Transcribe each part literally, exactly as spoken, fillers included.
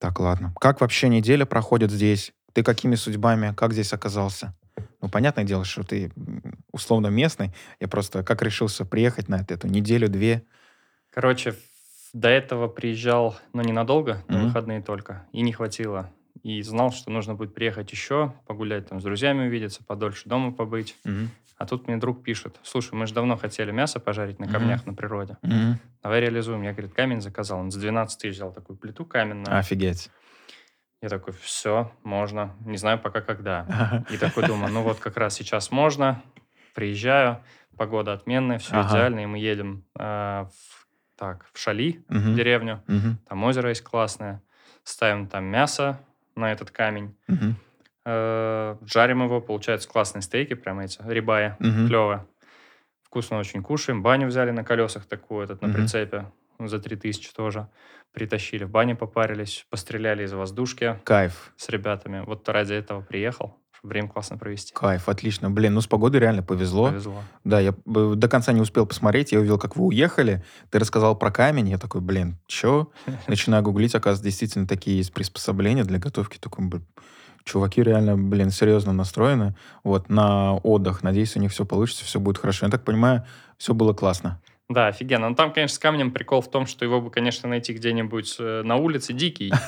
Так, ладно. Как вообще неделя проходит здесь? Ты какими судьбами? Как здесь оказался? Ну, понятное дело, что ты м, условно местный. Я просто как решился приехать на эту неделю-две? Короче, ф- до этого приезжал, но ненадолго, на Мгм. выходные только, и не хватило. И знал, что нужно будет приехать еще, погулять там с друзьями, увидеться, подольше дома побыть. Мгм. А тут мне друг пишет: слушай, мы же давно хотели мясо пожарить на Мгм. камнях на природе. Мгм. Давай реализуем. Я, говорит, камень заказал. Он за двенадцать тысяч взял такую плиту каменную. Офигеть. Я такой, все, можно. Не знаю пока когда. И такой думаю, ну вот как раз сейчас можно. Приезжаю, погода отменная, все Ага. идеально. И мы едем а, в, так, в Шали, в Мгм. деревню. Мгм. Там озеро есть классное. Ставим там мясо на этот камень. Мгм. э, Жарим его. Получаются классные стейки, прям эти, рибая. Мгм. Клево. Вкусно очень кушаем. Баню взяли на колесах такую, этот, на Мгм. прицепе. Ну, за три тысячи тоже. Притащили. В бане попарились. Постреляли из воздушки Кайф. с ребятами. Вот ради этого приехал, чтобы время классно провести. Кайф, отлично. Блин, ну с погодой реально повезло. Повезло. Да, я б- до конца не успел посмотреть. Я увидел, как вы уехали. Ты рассказал про камень. Я такой, блин, чё? Начинаю гуглить. Оказывается, действительно такие есть приспособления для готовки. Такой, б- чуваки реально, блин, серьезно настроены. Вот, на отдых. Надеюсь, у них все получится, все будет хорошо. Я так понимаю, все было классно. Да, офигенно. Ну, там, конечно, с камнем прикол в том, что его бы, конечно, найти где-нибудь э, на улице дикий.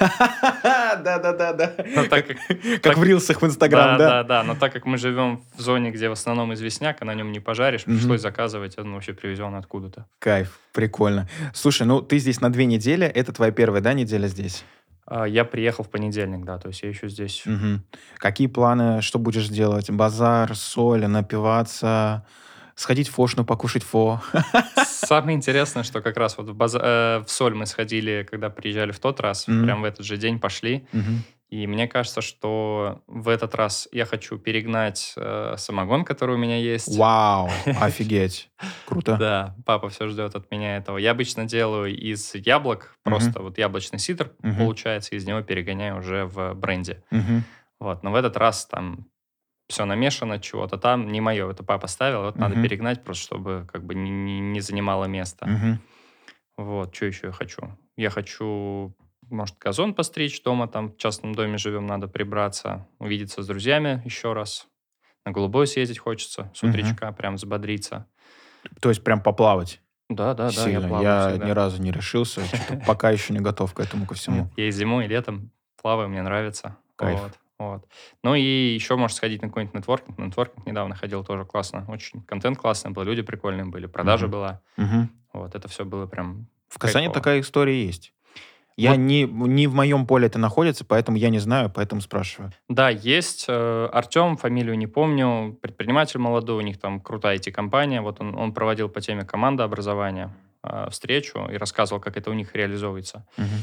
Да-да-да-да. Но так Как как... как в Так, рилсах в Инстаграм, да, да? да, да. Но так как мы живем в зоне, где в основном известняк, а на нем не пожаришь, Мгм. пришлось заказывать. Он вообще привезен откуда-то. Кайф, прикольно. Слушай, ну ты здесь на две недели. Это твоя первая, да, неделя здесь? А, Я приехал в понедельник, да, то есть я еще здесь. Мгм. Какие планы, что будешь делать? Базар, соль, напиваться, сходить в Фошну, покушать фо? Самое интересное, что как раз вот в, база- э, в Соль мы сходили, когда приезжали в тот раз, М, прям в этот же день пошли. мгм. И мне кажется, что в этот раз я хочу перегнать э, самогон, который у меня есть. Вау, офигеть. Круто. Да, папа все ждет от меня этого. Я обычно делаю из яблок, Мгм, просто вот яблочный сидр мгм, получается, из него перегоняю уже в бренди. мгм, Вот, но в этот раз там все намешано, чего-то там, не мое, это папа ставил, вот надо мгм, перегнать просто, чтобы как бы не, не- не занимало места. мгм, Вот, что еще я хочу? Я хочу, может, газон постричь дома, там в частном доме живем, надо прибраться, увидеться с друзьями еще раз. На Голубой съездить хочется, с мгм. утречка прям взбодриться. То есть прям поплавать Да, да, да, я сильно. плаваю Я ни всегда. разу не решился. Что-то пока еще не готов к этому ко Нет, всему. я и зимой, и летом плаваю, мне нравится. Кайф. Вот, вот. Ну и еще, может, сходить на какой-нибудь нетворкинг. На нетворкинг недавно ходил, тоже классно. Очень контент классный был, люди прикольные были, продажа Мгм, была. мгм. Вот, это все было прям В Казани кайфово. такая история есть. Я Вот, не, не в моем поле это находится, поэтому я не знаю, поэтому спрашиваю. да, есть э, Артем, фамилию не помню, предприниматель молодой, у них там крутая I T-компания. Вот он, он проводил по теме командообразования э, встречу и рассказывал, как это у них реализовывается. Мгм,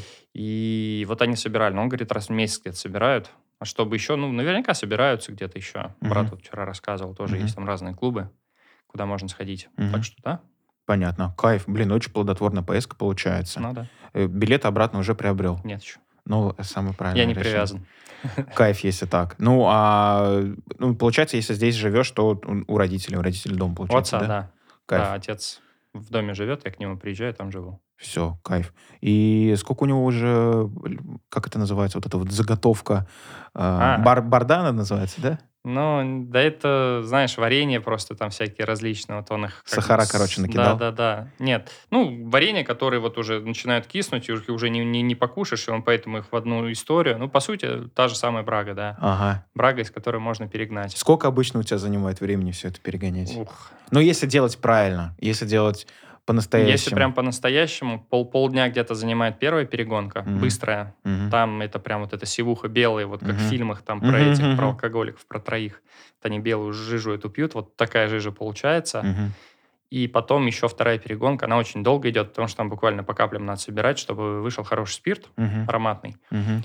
И вот они собирали, ну, он говорит, раз в месяц где-то собирают. А чтобы еще, ну, наверняка собираются где-то еще. Брат мгм, вот вчера рассказывал, тоже есть мгм, там разные клубы, куда можно сходить. Так мгм. что да, Понятно. Кайф. Блин, очень плодотворная поездка получается. надо. Э, Билет обратно уже приобрел. Нет еще. Ну, э, самое Я правильное не решение. привязан. Кайф, если так. Ну, а ну, получается, если здесь живешь, то у у родителей, у родителей дом, У получается, отца, да? да. Да, Кайф. отец в доме живет, я к нему приезжаю, там живу. Все, кайф. И сколько у него уже, л- как это называется, вот эта вот заготовка, а, А, бар, бардана называется, да? ну, да это, знаешь, варенье просто там всякие различные, вот он их как бы... Сахара, короче, с- Да, накидал. да, да. Нет, ну, варенье, которые вот уже начинают киснуть, и уже уже не, не, не покушаешь, и он поэтому их в одну историю. Ну, по сути, та же самая брага, да. Ага. Брага, из которой можно перегнать. Сколько обычно у тебя занимает времени все это перегонять? Ух. Ну, если делать правильно, если делать Если прям по-настоящему. по-настоящему, пол, полдня где-то занимает первая перегонка, Мгм. быстрая. Мгм. Там это прям вот эта сивуха белая, вот как в Мгм. фильмах там про Мгм. этих, про Мгм. алкоголиков, про троих. Вот они белую жижу эту пьют, вот такая жижа получается. Мгм. И потом еще вторая перегонка, она очень долго идет, потому что там буквально по каплям надо собирать, чтобы вышел хороший спирт Мгм. ароматный. Мгм.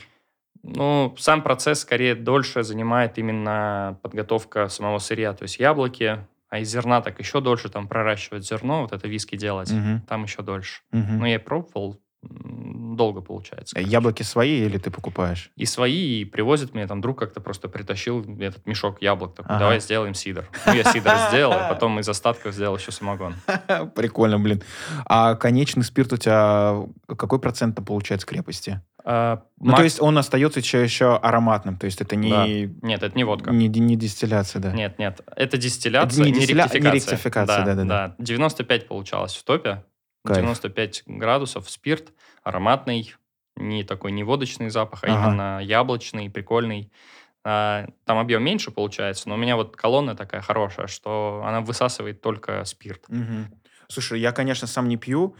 Ну, сам процесс скорее дольше занимает именно подготовка самого сырья, то есть яблоки, а из зерна так еще дольше там проращивать зерно, вот это виски делать, Мгм. там еще дольше. Мгм. Но я пробовал, м, долго получается, короче. Яблоки свои или ты покупаешь? И свои, и привозят мне. Там друг как-то просто притащил этот мешок яблок. Такой, давай Ага. сделаем сидр. Ну, я сидр сделал, и потом из остатков сделал еще самогон. Прикольно, блин. А конечный спирт у тебя какой процент там получается крепости? А, Ну, то макс... есть он остается еще, еще ароматным, то есть это Да. не, Нет, это не водка. не, не дистилляция, да? Нет, нет. Это Это дистилляция, не, не дистилля... не ректификация. ректификация, Да, да-да-да. да. девяносто пять получалось в топе. Кайф. девяносто пять градусов спирт, ароматный, не такой не водочный запах, а Ага. именно яблочный, прикольный. А, там объем меньше получается, но у меня вот колонна такая хорошая, что она высасывает только спирт. Мгм. Слушай, я, конечно, сам не пью,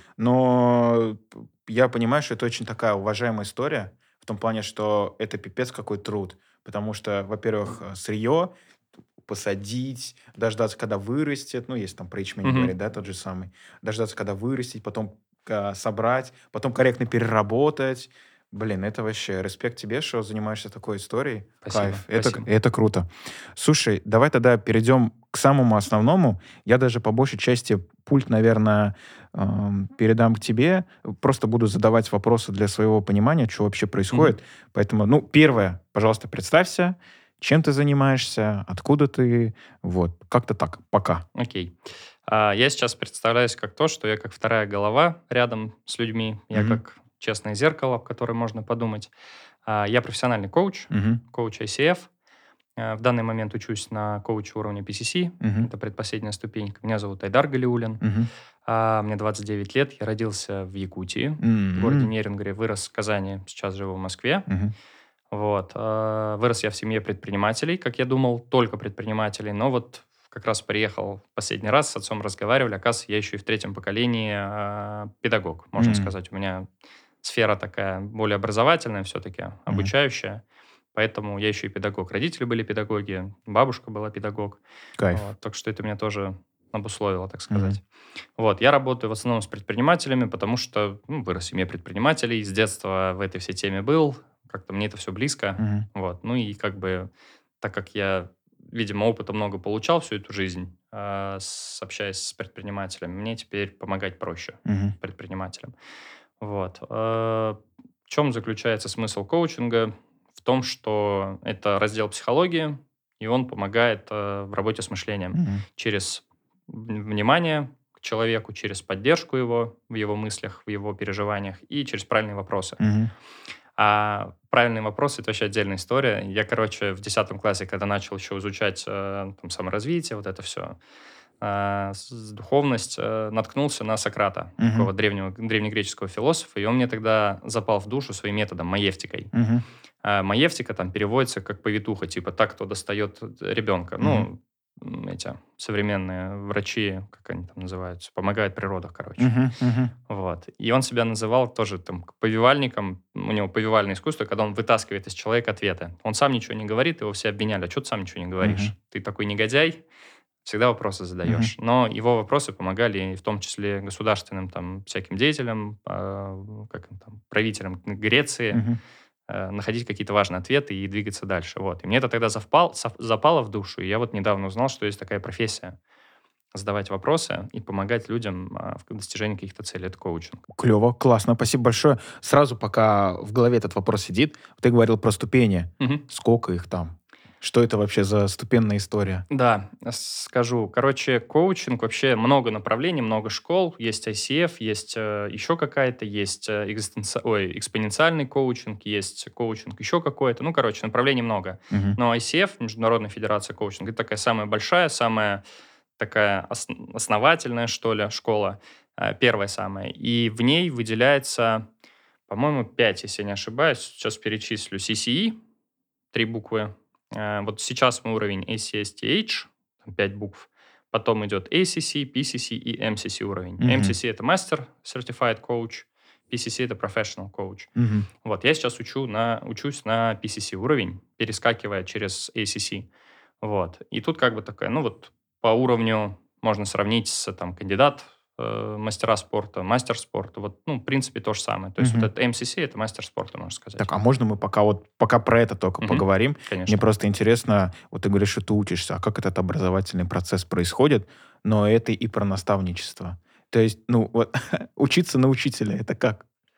но я понимаю, что это очень такая уважаемая история, в том плане, что это пипец какой труд. Потому что, во-первых, э, сырье посадить, дождаться, когда вырастет, ну, если там про ячмень Мгм. говорить, да, тот же самый, дождаться, когда вырастет, потом а, собрать, потом корректно переработать. Блин, это вообще респект тебе, что занимаешься такой историей. Спасибо, Кайф. Это, спасибо. это круто. Слушай, давай тогда перейдем к самому основному. Я даже по большей части пульт, наверное, эм, передам к тебе. Просто буду задавать вопросы для своего понимания, что вообще Мгм. происходит. Поэтому, ну, первое, пожалуйста, представься, чем ты занимаешься, откуда ты, вот, как-то так, пока. Окей. А, я сейчас представляюсь как то, что я как вторая голова рядом с людьми. Я Мгм. как честное зеркало, в которое можно подумать. А, я профессиональный коуч, Мгм. коуч ай си эф. А, в данный момент учусь на коуче уровня пи си си. Мгм. Это предпоследняя ступенька. Меня зовут Айдар Галиуллин. Мгм. А, мне двадцать девять лет. Я родился в Якутии, в городе М. Нерюнгри. Вырос в Казани. Сейчас живу в Москве. Мгм. Вот. а, Вырос я в семье предпринимателей, как я думал, только предпринимателей. Но вот как раз приехал в последний раз, с отцом разговаривали. Оказывается, я еще и в третьем поколении а, педагог, можно М. сказать. У меня сфера такая более образовательная все-таки, Мгм. обучающая. Поэтому я еще и педагог. Родители были педагоги, бабушка была педагог. Кайф. Вот. Так что это меня тоже обусловило, так Мгм. сказать. Вот. Я работаю в основном с предпринимателями, потому что ну, вырос в семье предпринимателей, с детства в этой всей теме был. Как-то мне это все близко. Мгм. Вот. Ну и как бы, так как я, видимо, опыта много получал всю эту жизнь, а, с- общаясь с предпринимателями, мне теперь помогать проще Мгм. предпринимателям. Вот. А, В чем заключается смысл коучинга? В том, что это раздел психологии, и он помогает э, в работе с мышлением Мгм. через в- внимание к человеку, через поддержку его в его мыслях, в его переживаниях и через правильные вопросы. Мгм. А правильные вопросы — это вообще отдельная история. Я, короче, в десятом классе, когда начал еще изучать э, там, саморазвитие, вот это все, духовность, э, наткнулся на Сократа, Мгм. такого древнего, древнегреческого философа, и он мне тогда запал в душу своим методом, маевтикой. Мгм. А маевтика там переводится как повитуха, типа так, кто достает ребенка. Мгм. Ну, м, эти современные врачи, как они там называются, помогают при родах, короче. Мгм. Мгм. Вот. И он себя называл тоже там повивальником. У него повивальное искусство, когда он вытаскивает из человека ответы. Он сам ничего не говорит, его все обвиняли. А что ты сам ничего не говоришь? Мгм. Ты такой негодяй, всегда вопросы Мгм. задаешь. Но его вопросы помогали и в том числе государственным там всяким деятелям, а, как он там, правителям Греции, Мгм. э, находить какие-то важные ответы и двигаться дальше. Вот. И мне это тогда завпал, сов- запало в душу, и я вот недавно узнал, что есть такая профессия — задавать вопросы и помогать людям а, в достижении каких-то целей. Это коучинг. Клево, классно, спасибо большое. Сразу, пока в голове этот вопрос сидит, ты говорил про ступени. Мгм. Сколько их там? Что это вообще за ступенная история? Да, скажу. Короче, коучинг вообще много направлений, много школ. Есть ай си эф, есть э, еще какая-то, есть э, экзистенци- ой, экспоненциальный коучинг, есть коучинг еще какой-то. Ну, короче, направлений много. Мгм. Но ай си эф, Международная федерация коучинга, это такая самая большая, самая такая ос- основательная, что ли, школа. э, Первая самая. И в ней выделяется, по-моему, пять, если я не ошибаюсь. Сейчас перечислю. си си и, три буквы. Э, Вот сейчас мы уровень эй си эс ти эйч, там пять букв. Потом идет эй си си, пи си си и эм си си уровень. Мгм. эм си си — это Master Certified Coach, пи си си — это Professional Coach. Мгм. Вот, я сейчас учу на, учусь на пи си си уровень, перескакивая через эй си си. Вот. И тут как бы такая, ну вот по уровню можно сравнить с там кандидат, э, мастера спорта, мастер спорта. Вот, ну, в принципе, то же самое. То есть вот Мгм. это эм си си — это мастер спорта, можно сказать. Так, а можно мы пока вот пока про это только Мгм. поговорим? Мне Конечно. просто интересно, вот ты говоришь, что ты учишься, а как этот образовательный процесс происходит? Но это и про наставничество. То есть, ну, вот учиться на учителя, это как?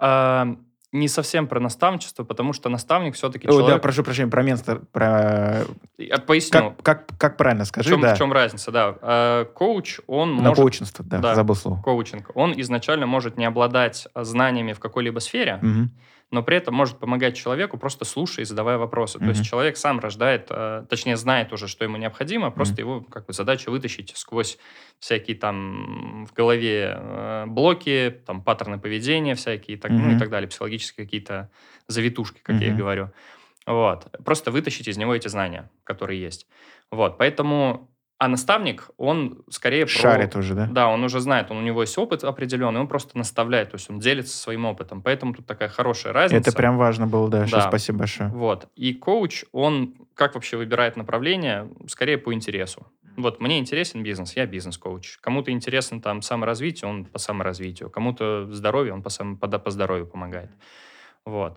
А, не совсем про наставничество, потому что наставник все-таки О, да, человек... прошу прощения, про менстор, про... Я поясню, Как, как, как правильно в скажи, чем, в да. чем разница, да. А, коуч, он На может... коучинство, да, Да, забыл слово. коучинг. Он изначально может не обладать а, знаниями в какой-либо сфере, Мгм, но при этом может помогать человеку, просто слушая и задавая вопросы. То есть мгм, человек сам рождает, э, точнее, знает уже, что ему необходимо, мгм, просто его как бы задача вытащить сквозь всякие там в голове э, блоки, там паттерны поведения всякие, так, ну и мгм, так далее, психологические какие-то завитушки, как я и мгм. говорю. Вот. Просто вытащить из него эти знания, которые есть. Вот. Поэтому... А наставник, он скорее Шарит про... уже, да? Да, он уже знает, он, у него есть опыт определенный, он просто наставляет, то есть он делится своим опытом. Поэтому тут такая хорошая Это разница. прям важно было, да. Сейчас Да, спасибо большое. вот. И коуч, он как вообще выбирает направление? Скорее по интересу. Вот мне интересен бизнес, я бизнес-коуч. Кому-то интересно там саморазвитие, он по саморазвитию. Кому-то здоровье, он по, сам, по, по здоровью помогает. Вот.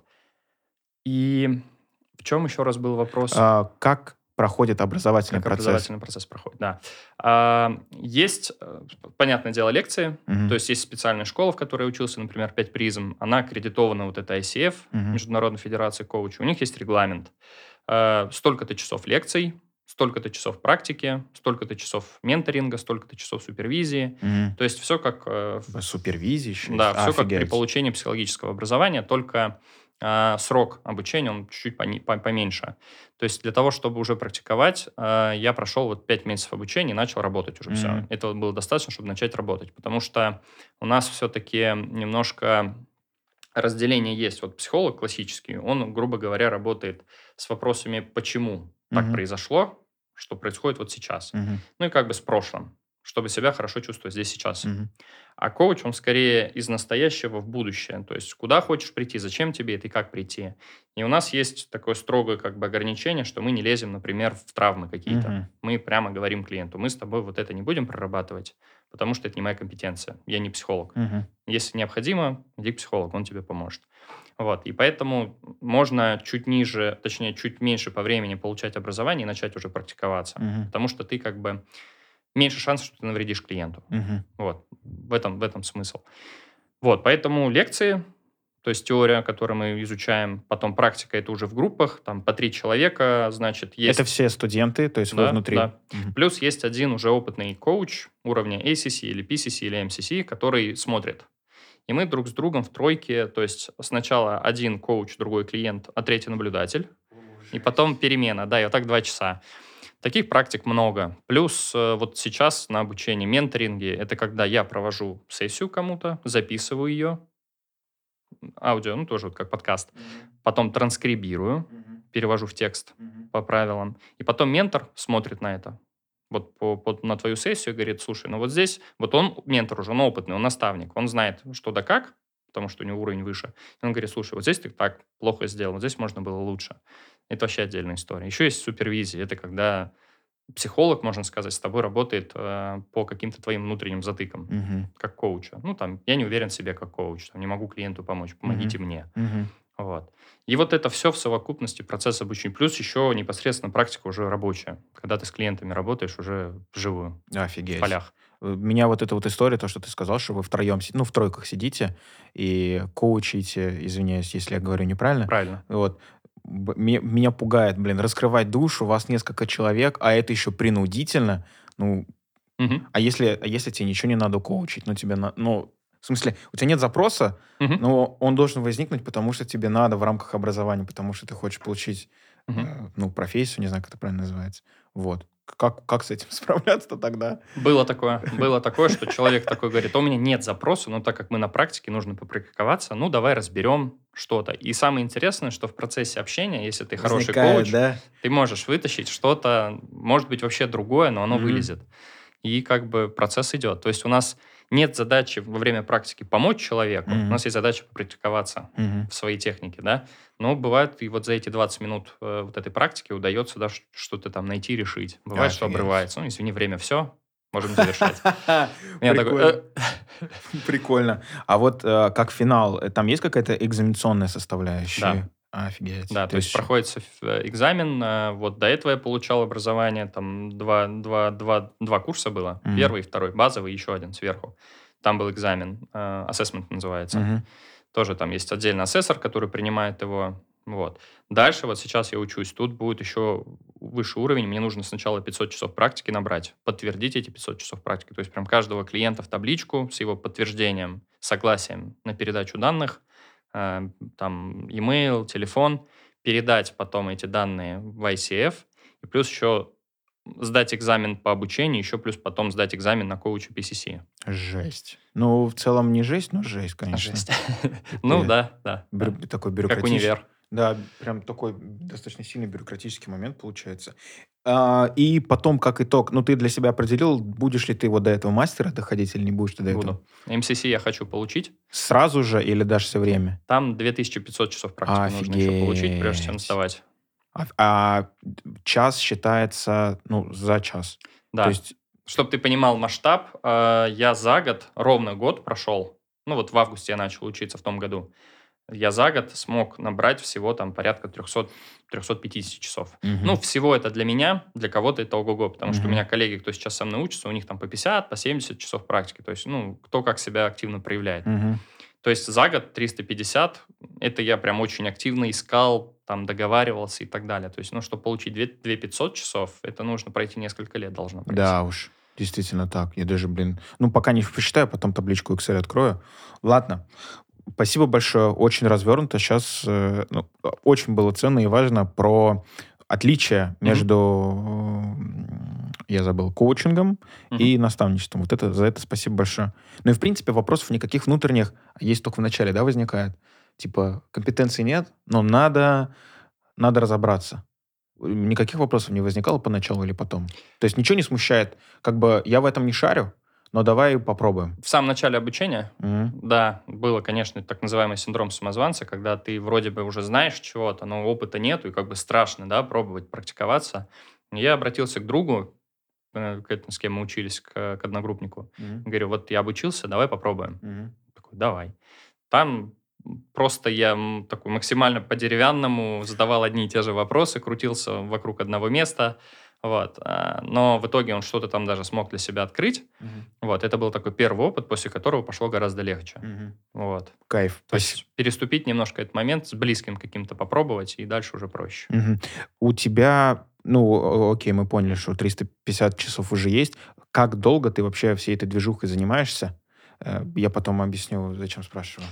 И в чем еще раз был вопрос? А, как проходит образовательный Как процесс? образовательный процесс проходит, да. А, есть, э, понятное дело, лекции, то Мгм, есть есть специальная школа, в которой я учился, например, пять призм, она аккредитована вот этой ай си эф, мгм, Международной Федерации Коучей, у них есть регламент. Э, Столько-то часов лекций, столько-то часов практики, столько-то часов менторинга, столько-то часов супервизии. мгм. То есть все как, э, Б- в- Супервизия еще есть? да, все как при Офигеть. получении психологического образования, только а, срок обучения, он чуть-чуть пони- по- поменьше. То есть для того, чтобы уже практиковать, а, я прошел вот пять месяцев обучения и начал работать уже все. Мгм, Этого было достаточно, чтобы начать работать, потому что у нас все-таки немножко разделение есть. Вот психолог классический, он, грубо говоря, работает с вопросами, почему так мгм, произошло, что происходит вот сейчас. мгм, Ну и как бы с прошлым, чтобы себя хорошо чувствовать здесь сейчас. мгм, А коуч, он скорее из настоящего в будущее. То есть, куда хочешь прийти, зачем тебе это и как прийти. И у нас есть такое строгое как бы ограничение, что мы не лезем, например, в травмы какие-то. мгм, Мы прямо говорим клиенту, мы с тобой вот это не будем прорабатывать, потому что это не моя компетенция. Я не психолог. мгм, Если необходимо, иди к психологу, он тебе поможет. Вот. И поэтому можно чуть ниже, точнее, чуть меньше по времени получать образование и начать уже практиковаться. мгм, Потому что ты как бы меньше шансов, что ты навредишь клиенту. мгм, Вот. В этом, в этом смысл. Вот. Поэтому лекции, то есть теория, которую мы изучаем, потом практика, это уже в группах, там по три человека, значит, Это есть... все студенты, то есть вы Да, внутри. да. Мгм, Плюс есть один уже опытный коуч уровня эй си си или пи си си или эм си си, который смотрит. И мы друг с другом в тройке, то есть сначала один коуч, другой клиент, а третий наблюдатель. И потом перемена, да, и вот так два часа. Таких практик много. Плюс э, вот сейчас на обучении менторинге, это когда я провожу сессию кому-то, записываю ее, аудио, ну тоже вот как подкаст, мгм, потом транскрибирую, мгм, перевожу в текст мгм, по правилам, и потом ментор смотрит на это, вот по, по- на твою сессию и говорит, слушай, ну вот здесь, вот он ментор уже, он опытный, он наставник, он знает, что да как, потому что у него уровень выше. И он говорит, слушай, вот здесь ты так плохо сделал, вот здесь можно было лучше. Это вообще отдельная история. Еще есть супервизия, это когда психолог, можно сказать, с тобой работает э, по каким-то твоим внутренним затыкам, мгм, как коуча. Ну, там, я не уверен в себе как коуч, там, не могу клиенту помочь, помогите мгм, мне. мгм. Вот. И вот это все в совокупности процесс обучения. Плюс еще непосредственно практика уже рабочая, когда ты с клиентами работаешь уже вживую, в Офигеть. полях. Э, Меня вот эта вот история, то, что ты сказал, что вы втроем, си- ну, в тройках сидите и коучите, извиняюсь, если я говорю неправильно, Правильно. вот, Б- ме- меня пугает, блин, раскрывать душу, у вас несколько человек, а это еще принудительно, ну, Мгм. а если, а если тебе ничего не надо коучить, ну, тебе, на, ну, в смысле, у тебя нет запроса, Мгм. но он должен возникнуть, потому что тебе надо в рамках образования, потому что ты хочешь получить, Мгм. э, ну, профессию, не знаю, как это правильно называется, вот. Как, как с этим справляться-то тогда? Было такое. Было такое, что человек такой говорит, «А у меня нет запроса, но так как мы на практике, нужно попрактиковаться, ну, давай разберем что-то. И самое интересное, что в процессе общения, если ты хороший Возникает, коуч, да? ты можешь вытащить что-то, может быть, вообще другое, но оно Мгм. вылезет. И как бы процесс идет. То есть у нас нет задачи во время практики помочь человеку, у Мгм. нас есть задача попрактиковаться Мгм. в своей технике, да. Но бывает, и вот за эти двадцать минут э, вот этой практики удается, да, ш- что-то там найти, решить. Бывает, что Офигеть. обрывается. Ну, извини, время все, можем завершать. Я такой... Прикольно. «Э». Прикольно. А вот э, как финал, э, там есть какая-то экзаменационная Да, составляющая? Офигеть. да, То то есть есть... проходит экзамен. э, Вот до этого я получал образование, там два, два, два, два курса было. Мгм. Первый и второй, базовый, еще один сверху. Там был экзамен, э, assessment называется. Мгм. Тоже там есть отдельный асессор, который принимает его. Вот. Дальше вот сейчас я учусь. Тут будет еще выше уровень. Мне нужно сначала пятьсот часов практики набрать, подтвердить эти пятьсот часов практики. То есть прям каждого клиента в табличку с его подтверждением, согласием на передачу данных, э, там, email, телефон, передать потом эти данные в ай си эф, и плюс еще сдать экзамен по обучению, еще плюс потом сдать экзамен на коуча пи си си. Жесть. Ну, в целом не жесть, но жесть, конечно. Жесть. Ну да, да. Бюро- да. Такой Как бюрократический. универ. Да, прям такой достаточно сильный бюрократический момент получается. А, и потом, как итог, ну, ты для себя определил, будешь ли ты вот до этого мастера доходить или не будешь ты до этого? Буду. эм си си я хочу получить. Сразу же или дашься время? Там две тысячи пятьсот часов практики нужно еще получить, прежде чем Офигеть. сдавать. А, а час считается, ну, за час. Да. То есть, Чтобы ты понимал масштаб, э, я за год, ровно год прошел, ну вот в августе я начал учиться в том году, я за год смог набрать всего там порядка триста триста пятьдесят часов. мгм, Ну, всего это для меня, для кого-то это ого-го, потому что у Мгм. меня коллеги, кто сейчас со мной учится, у них там по пятьдесят, по семьдесят часов практики, то есть, ну, кто как себя активно проявляет. мгм. То есть за год триста пятьдесят, это я прям очень активно искал, там договаривался и так далее. То есть, ну, чтобы получить две тысячи пятьсот часов, это нужно пройти несколько лет должно пройти. Да уж, действительно так. Я даже, блин, ну, пока не посчитаю, потом табличку Excel открою. Ладно, спасибо большое, очень развернуто. Сейчас ну, очень было ценно и важно про отличие Мгм. между, м, я забыл, коучингом Мгм. и наставничеством. Вот это, за это спасибо большое. Ну и, в принципе, вопросов никаких внутренних есть только в начале, да, возникает? Типа, компетенции нет, но надо, надо разобраться. Никаких вопросов не возникало поначалу или потом? То есть ничего не смущает? Как бы я в этом не шарю, но давай попробуем. В самом начале обучения, Мгм. да, было, конечно, так называемый синдром самозванца, когда ты вроде бы уже знаешь чего-то, но опыта нету, и как бы страшно, да, пробовать, практиковаться. Я обратился к другу, э, к этому, с кем мы учились, к, к одногруппнику. Мгм. Говорю, вот я обучился, давай попробуем. Мгм. Такой, давай. Там просто я м, такой максимально по-деревянному задавал одни и те же вопросы, крутился вокруг одного места. Вот. а, Но в итоге он что-то там даже смог для себя открыть. Мгм. Вот. Это был такой первый опыт, после которого пошло гораздо легче. Мгм. Вот. Кайф. То Спасибо. есть переступить немножко этот момент, с близким каким-то попробовать, и дальше уже проще. Мгм. У тебя, ну, о- окей, мы поняли, что триста пятьдесят часов уже есть. Как долго ты вообще всей этой движухой занимаешься? Э, Я потом объясню, зачем спрашиваю.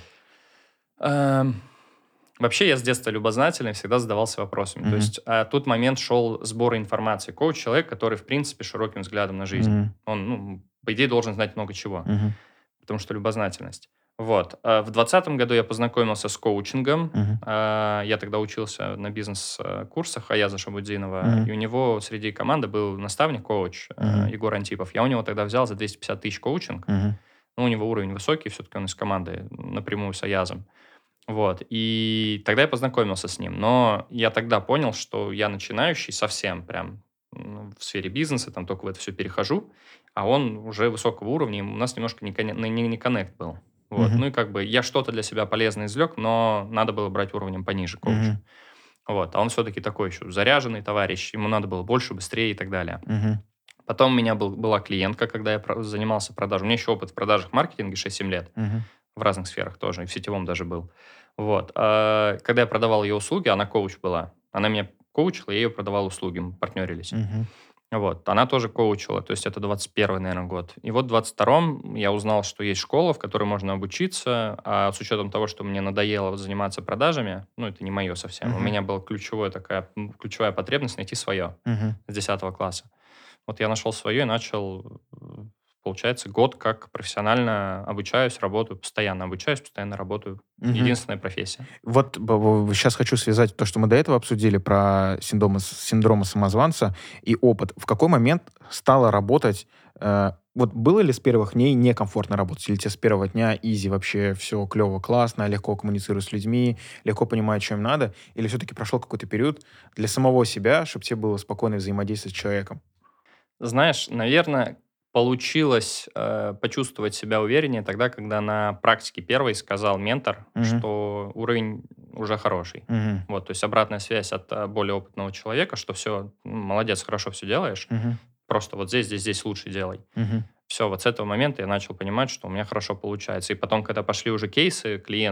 Эм, Вообще, я с детства любознательный, всегда задавался вопросами. То Мгм. есть а, тут момент шел сбора информации. Коуч — человек, который, в принципе, широким взглядом на жизнь. Мгм. Он, ну, по идее, должен знать много чего, Мгм. потому что любознательность. Вот. А В двадцатом году я познакомился с коучингом. Мгм. А, Я тогда учился на бизнес-курсах Аяза Шабудзинова, Мгм. и у него среди команды был наставник-коуч э, Мгм. Егор Антипов. Я у него тогда взял за двести пятьдесят тысяч коучинг. Мгм. Ну, у него уровень высокий, все-таки он из команды напрямую с Аязом. Вот. И тогда я познакомился с ним. Но я тогда понял, что я начинающий совсем прям м, в сфере бизнеса, там только в это все перехожу, а он уже высокого уровня, и у нас немножко не, коне- не, не коннект был. Вот. Мгм. Ну и как бы я что-то для себя полезное извлек, но надо было брать уровнем пониже коуча. Мгм. Вот. А он все-таки такой еще заряженный товарищ, ему надо было больше, быстрее и так далее. Мгм. Потом у меня был, была клиентка, когда я про- занимался продажей. У меня еще опыт в продажах, маркетинге шесть-семь лет Мгм. в разных сферах тоже, и в сетевом даже был. Вот. А когда я продавал ее услуги, она коуч была. Она меня коучила, я ее продавал услуги, мы партнерились. Мгм. Вот. Она тоже коучила, то есть это двадцать первый, наверное, год. И вот в двадцать втором я узнал, что есть школа, в которой можно обучиться, а с учетом того, что мне надоело вот заниматься продажами, ну, это не мое совсем, у Мгм. меня была ключевая такая, м, ключевая потребность найти свое Мгм. с десятого класса. Вот я нашел свое и начал, э, получается, год как профессионально обучаюсь, работаю, постоянно обучаюсь, постоянно работаю. Мгм. Единственная профессия. Вот сейчас хочу связать то, что мы до этого обсудили про синдрома, синдрома самозванца и опыт. В какой момент стало работать... э, вот было ли с первых дней некомфортно работать? Или тебе с первого дня изи вообще все клево, классно, легко коммуницирую с людьми, легко понимаю, что им надо? Или все-таки прошел какой-то период для самого себя, чтобы тебе было спокойно взаимодействовать с человеком? Знаешь, наверное, получилось э, почувствовать себя увереннее тогда, когда на практике первой сказал ментор, Мгм. что уровень уже хороший. Мгм. Вот, то есть обратная связь от э, более опытного человека, что все, молодец, хорошо все делаешь, Мгм. просто вот здесь, здесь, здесь лучше делай. Мгм. Все, вот с этого момента я начал понимать, что у меня хорошо получается. И потом, когда пошли уже кейсы клиентов,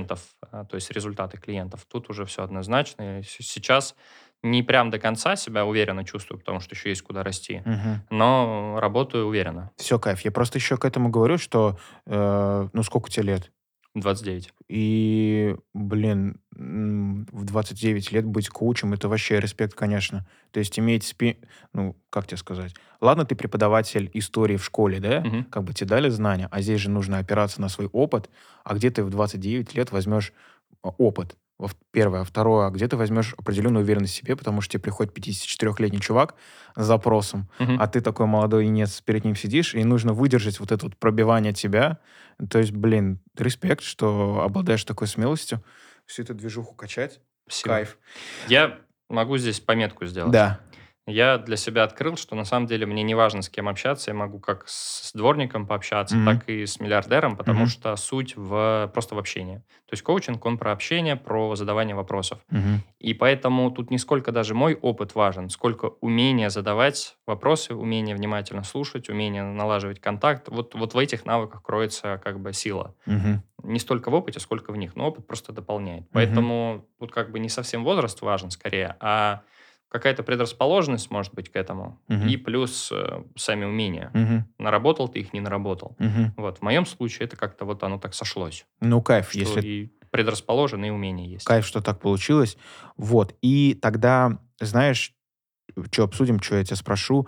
а, то есть результаты клиентов. Тут уже все однозначно. И с- сейчас не прям до конца себя уверенно чувствую, потому что еще есть куда расти, Мгм. но работаю уверенно. Все, кайф. Я просто еще к этому говорю, что, э, ну, сколько тебе лет? двадцать девять. И, блин, м, в двадцать девять лет быть коучем — это вообще респект, конечно. То есть иметь спи ну, как тебе сказать? Ладно, ты преподаватель истории в школе, да, Мгм. как бы тебе дали знания, а здесь же нужно опираться на свой опыт. А где ты в двадцать девять лет возьмешь о опыт? Во в первое. А второе, а где ты возьмешь определенную уверенность в себе, потому что тебе приходит пятидесятичетырёхлетний чувак с запросом, Мгм. а ты такой молодой юнец перед ним сидишь, и нужно выдержать вот это вот пробивание тебя. То есть, блин, респект, что обладаешь такой смелостью всю эту движуху качать. Спасибо. Кайф. Я могу здесь пометку сделать. Да. Я для себя открыл, что на самом деле мне не важно, с кем общаться. Я могу как с дворником пообщаться, Мгм. так и с миллиардером, потому Мгм. что суть в просто в общении. То есть коучинг, он про общение, про задавание вопросов. Мгм. И поэтому тут не сколько даже мой опыт важен, сколько умение задавать вопросы, умение внимательно слушать, умение налаживать контакт. Вот, вот в этих навыках кроется как бы сила. Мгм. Не столько в опыте, сколько в них, но опыт просто дополняет. Мгм. Поэтому тут как бы не совсем возраст важен скорее, а какая-то предрасположенность может быть к этому, и Мгм. плюс э, сами умения. Мгм. Наработал ты их, не наработал. Мгм. Вот, в моем случае это как-то вот оно так сошлось, Ну, кайф, что если и предрасположен, и умения есть. кайф, что так получилось. Вот. И тогда, знаешь, что обсудим, что я тебя спрошу.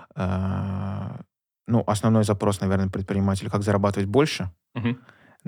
А, ну, основной запрос, наверное, предпринимателя — как зарабатывать больше. Мгм.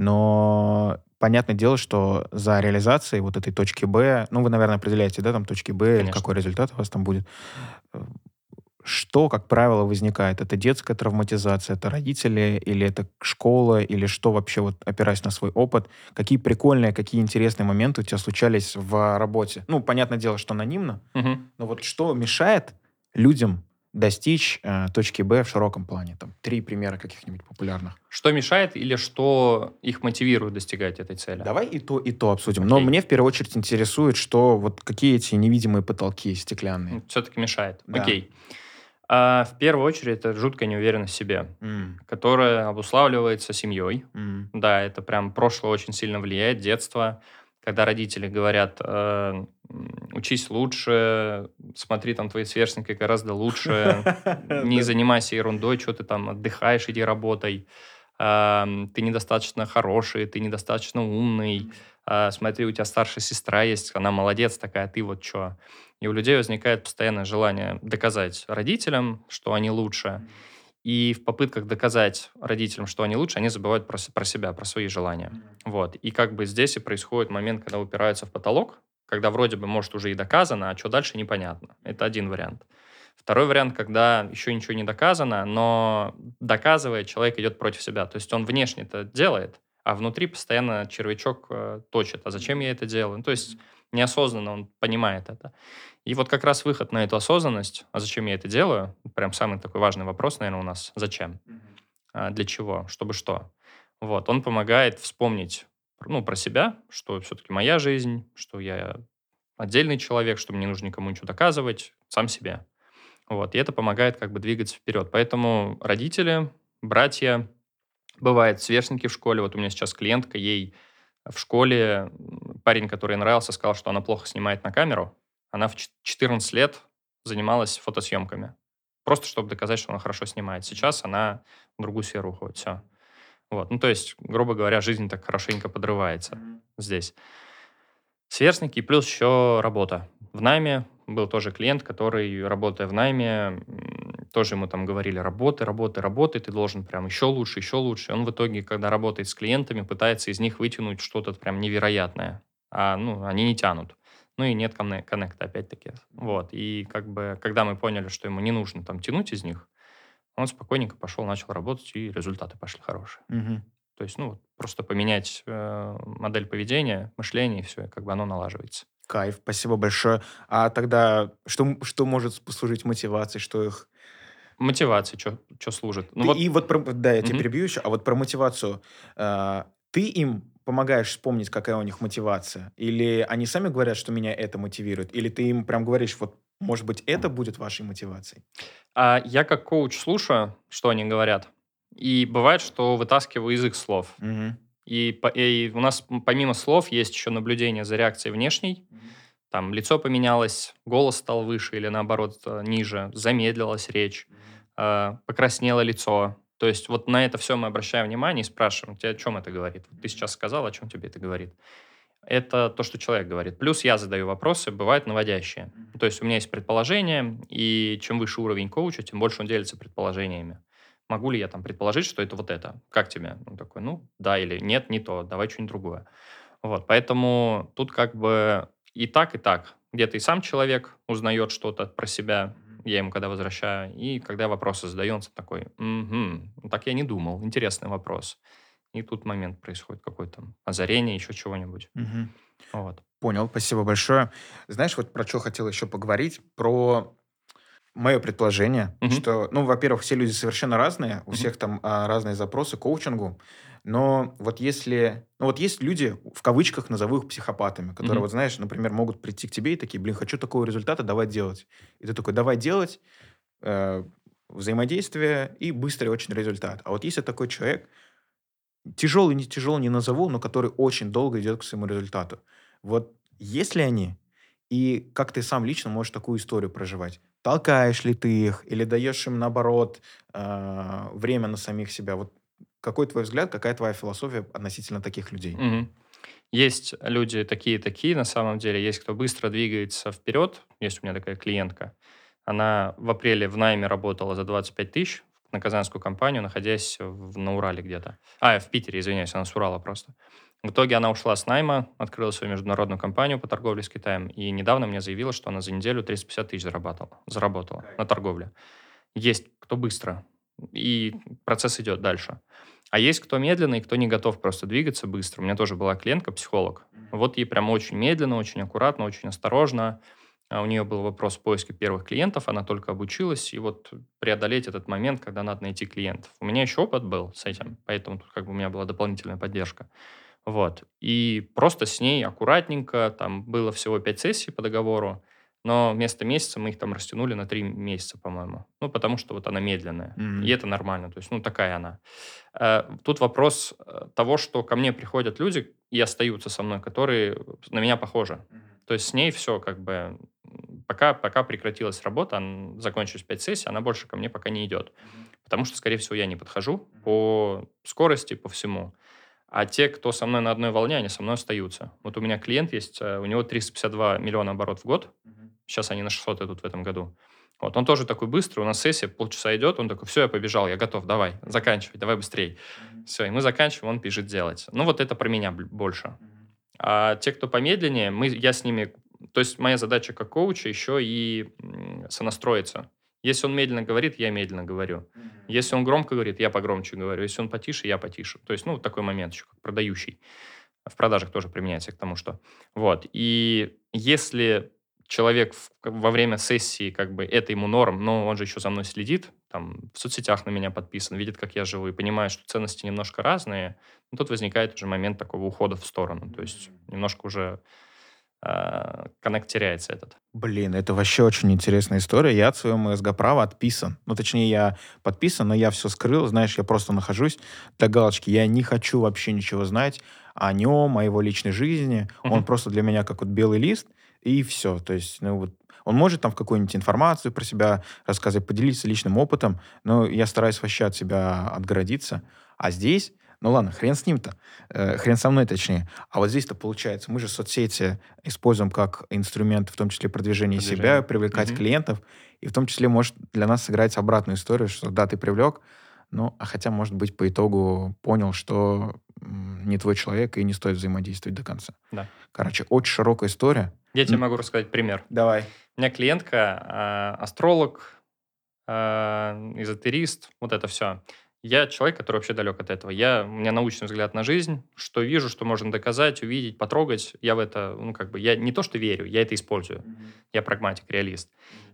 Но понятное дело, что за реализацией вот этой точки Б, ну, вы, наверное, определяете, да, там точки Б или Конечно. какой результат у вас там будет. Э, Что, как правило, возникает? Это детская травматизация, это родители, или это школа, или что вообще, вот опираясь на свой опыт? Какие прикольные, какие интересные моменты у тебя случались в работе? Ну, понятное дело, что анонимно, Мгм. но вот что мешает людям достичь э, точки Б в широком плане? Там три примера каких-нибудь популярных. Что мешает или что их мотивирует достигать этой цели? Давай и то, и то обсудим. Но Окей. мне в первую очередь интересует, что вот какие эти невидимые потолки стеклянные. Все-таки мешает. Да. Окей. А, в первую очередь, это жуткая неуверенность в себе, М, которая обуславливается семьей. м, Да, это прям прошлое очень сильно влияет, детство, когда родители говорят, э, м, учись лучше, смотри, там твои сверстники гораздо лучше, не Да. занимайся ерундой, что ты там отдыхаешь, иди работай, Ам, ты недостаточно хороший, ты недостаточно умный, а, смотри, у тебя старшая сестра есть, она молодец такая, а ты вот что. И у людей возникает постоянное желание доказать родителям, что они лучше, и в попытках доказать родителям, что они лучше, они забывают про, с- про себя, про свои желания. Вот. И как бы здесь и происходит момент, когда упираются в потолок, когда вроде бы, может, уже и доказано, а что дальше непонятно. Это один вариант. Второй вариант, когда еще ничего не доказано, но доказывает, человек идет против себя. То есть он внешне это делает, а внутри постоянно червячок э, точит. А зачем я это делаю? Ну, то есть неосознанно он понимает это. И вот как раз выход на эту осознанность, а зачем я это делаю, прям самый такой важный вопрос, наверное, у нас, зачем? А, для чего? Чтобы что? Вот, он помогает вспомнить, ну, про себя, что все-таки моя жизнь, что я отдельный человек, что мне не нужно никому ничего доказывать, сам себе. Вот, и это помогает как бы двигаться вперед. Поэтому родители, братья, бывает сверстники в школе. Вот у меня сейчас клиентка, ей в школе м, парень, который ей нравился, сказал, что она плохо снимает на камеру. Она в чет- четырнадцать лет занималась фотосъемками. Просто чтобы доказать, что она хорошо снимает. Сейчас она в другую сферу уходит. Все. Вот. Ну, то есть, грубо говоря, жизнь так хорошенько подрывается здесь. Сверстники, плюс еще работа. В найме был тоже клиент, который, работая в найме, м, тоже ему там говорили, работай, работай, работай, ты должен прям еще лучше, еще лучше. И он в итоге, когда работает с клиентами, пытается из них вытянуть что-то прям невероятное. А, ну, они не тянут. Ну и нет конне- коннекта, опять-таки. Вот. И как бы, когда мы поняли, что ему не нужно там тянуть из них, он спокойненько пошел, начал работать, и результаты пошли хорошие. Мгм. То есть, ну, вот просто поменять э, модель поведения, мышления, и все, и как бы оно налаживается. Кайф, спасибо большое. А тогда что, м- что может послужить мотивацией, что их... Мотивация что служит? Ну Ты, и вот, вот, про- да, я тебя мгм. перебью еще, а вот про мотивацию. А, ты им помогаешь вспомнить, какая у них мотивация? Или они сами говорят, что меня это мотивирует? Или ты им прям говоришь, вот, может быть, это будет вашей мотивацией? А я как коуч слушаю, что они говорят, и бывает, что вытаскиваю из их слов. Мгм. И, по- и у нас м, помимо слов есть еще наблюдение за реакцией внешней. Там лицо поменялось, голос стал выше или наоборот э, ниже, замедлилась речь, э, покраснело лицо. То есть вот на это все мы обращаем внимание и спрашиваем, тебе о чем это говорит? Вот ты сейчас сказал, о чем тебе это говорит? Это то, что человек говорит. Плюс я задаю вопросы, бывают наводящие. То есть у меня есть предположение, и чем выше уровень коуча, тем больше он делится предположениями. Могу ли я там предположить, что это вот это? Как тебе? Он такой, ну, да или нет, не то, давай что-нибудь другое. Вот, поэтому тут как бы и так, и так. Где-то и сам человек узнает что-то про себя, я ему когда возвращаю, и когда я вопросы задаю, он такой, угу, так я не думал, интересный вопрос. И тут момент происходит какое-то озарение, еще чего-нибудь. Мгм. Вот. Понял, спасибо большое. Знаешь, вот про что хотел еще поговорить, про мое предположение, Мгм. что, ну, во-первых, все люди совершенно разные, у Мгм. всех там а, разные запросы к коучингу, но вот если... Ну, вот есть люди, в кавычках назову их психопатами, которые, Мгм. вот знаешь, например, могут прийти к тебе и такие, блин, хочу такого результата, давай делать. И ты такой, давай делать, э, взаимодействие и быстрый очень результат. А вот если такой человек, тяжелый, не тяжелый, не назову, но который очень долго идет к своему результату. Вот есть ли они? И как ты сам лично можешь такую историю проживать? Толкаешь ли ты их или даешь им, наоборот, а, время на самих себя? Вот какой твой взгляд, какая твоя философия относительно таких людей? Мгм. Есть люди такие-такие, на самом деле. Есть кто быстро двигается вперед. Есть у меня такая клиентка. Она в апреле в найме работала за двадцать пять тысяч на казанскую компанию, находясь в- на Урале где-то. А, в Питере, извиняюсь, она с Урала просто. В итоге она ушла с найма, открыла свою международную компанию по торговле с Китаем. И недавно мне заявила, что она за неделю триста пятьдесят тысяч зарабатывала, заработала на торговле. Есть кто быстро, и процесс идет дальше. А есть кто медленно и кто не готов просто двигаться быстро. У меня тоже была клиентка, психолог. Вот ей прям очень медленно, очень аккуратно, очень осторожно. А У нее был вопрос поиска первых клиентов, она только обучилась, и вот преодолеть этот момент, когда надо найти клиентов. У меня еще опыт был с этим, поэтому тут как бы у меня была дополнительная поддержка. Вот. И просто с ней аккуратненько, там было всего пять сессий по договору, но вместо месяца мы их там растянули на три месяца, по-моему. Ну, потому что вот она медленная. И Мгм. это нормально. То есть, ну, такая она. Э, Тут вопрос э, того, что ко мне приходят люди и остаются со мной, которые на меня похожи. То есть с ней все как бы... м, Пока, пока прекратилась работа, ан- закончились пять сессий, она больше ко мне пока не идет. Потому что, скорее всего, я не подхожу по скорости, по всему. А те, кто со мной на одной волне, они со мной остаются. Вот у меня клиент есть, э, у него триста пятьдесят два миллиона оборот в год. Сейчас они на шестьсот идут в этом году. Вот, он тоже такой быстрый, у нас сессия полчаса идет, он такой, все, я побежал, я готов, давай, заканчивай, давай быстрей. Все, и мы заканчиваем, он бежит делать. Ну, вот это про меня бл- больше. А те, кто помедленнее, мы, я с ними... То есть моя задача как коуча еще и м, сонастроиться. Если он медленно говорит, я медленно говорю. Если он громко говорит, я погромче говорю. Если он потише, я потише. То есть, ну, вот такой момент еще, как продающий. В продажах тоже применяется к тому, что... Вот. И если человек в- во время сессии, как бы, это ему норм, но он же еще за мной следит, там, в соцсетях на меня подписан, видит, как я живу, и понимает, что ценности немножко разные, ну, тут возникает уже момент такого ухода в сторону. То есть немножко уже а, коннект теряется этот. Блин, это вообще очень интересная история. Я от своего эм эс гэ-права отписан. Ну, точнее, я подписан, но я все скрыл. Знаешь, я просто нахожусь для галочки. Я не хочу вообще ничего знать о нем, о его личной жизни. Он Мгм. просто для меня как вот белый лист, и все. То есть, ну вот, он может там в какую-нибудь информацию про себя рассказать, поделиться личным опытом, но я стараюсь вообще от себя отгородиться. А здесь, ну ладно, хрен с ним-то, э, хрен со мной точнее. А вот здесь-то получается, мы же соцсети используем как инструмент, в том числе продвижения себя, Продвижение. привлекать Мгм. клиентов, и в том числе может для нас сыграть обратную историю, что да, ты привлек, ну, а хотя, может быть, по итогу понял, что м, не твой человек и не стоит взаимодействовать до конца. Да. Короче, очень широкая история. Я тебе М, могу рассказать пример. Давай. У меня клиентка, а, астролог, а, эзотерист, вот это все. Я человек, который вообще далек от этого. Я, у меня научный взгляд на жизнь, что вижу, что можно доказать, увидеть, потрогать. Я в это, ну, как бы, я не то, что верю, я это использую. Я прагматик, реалист.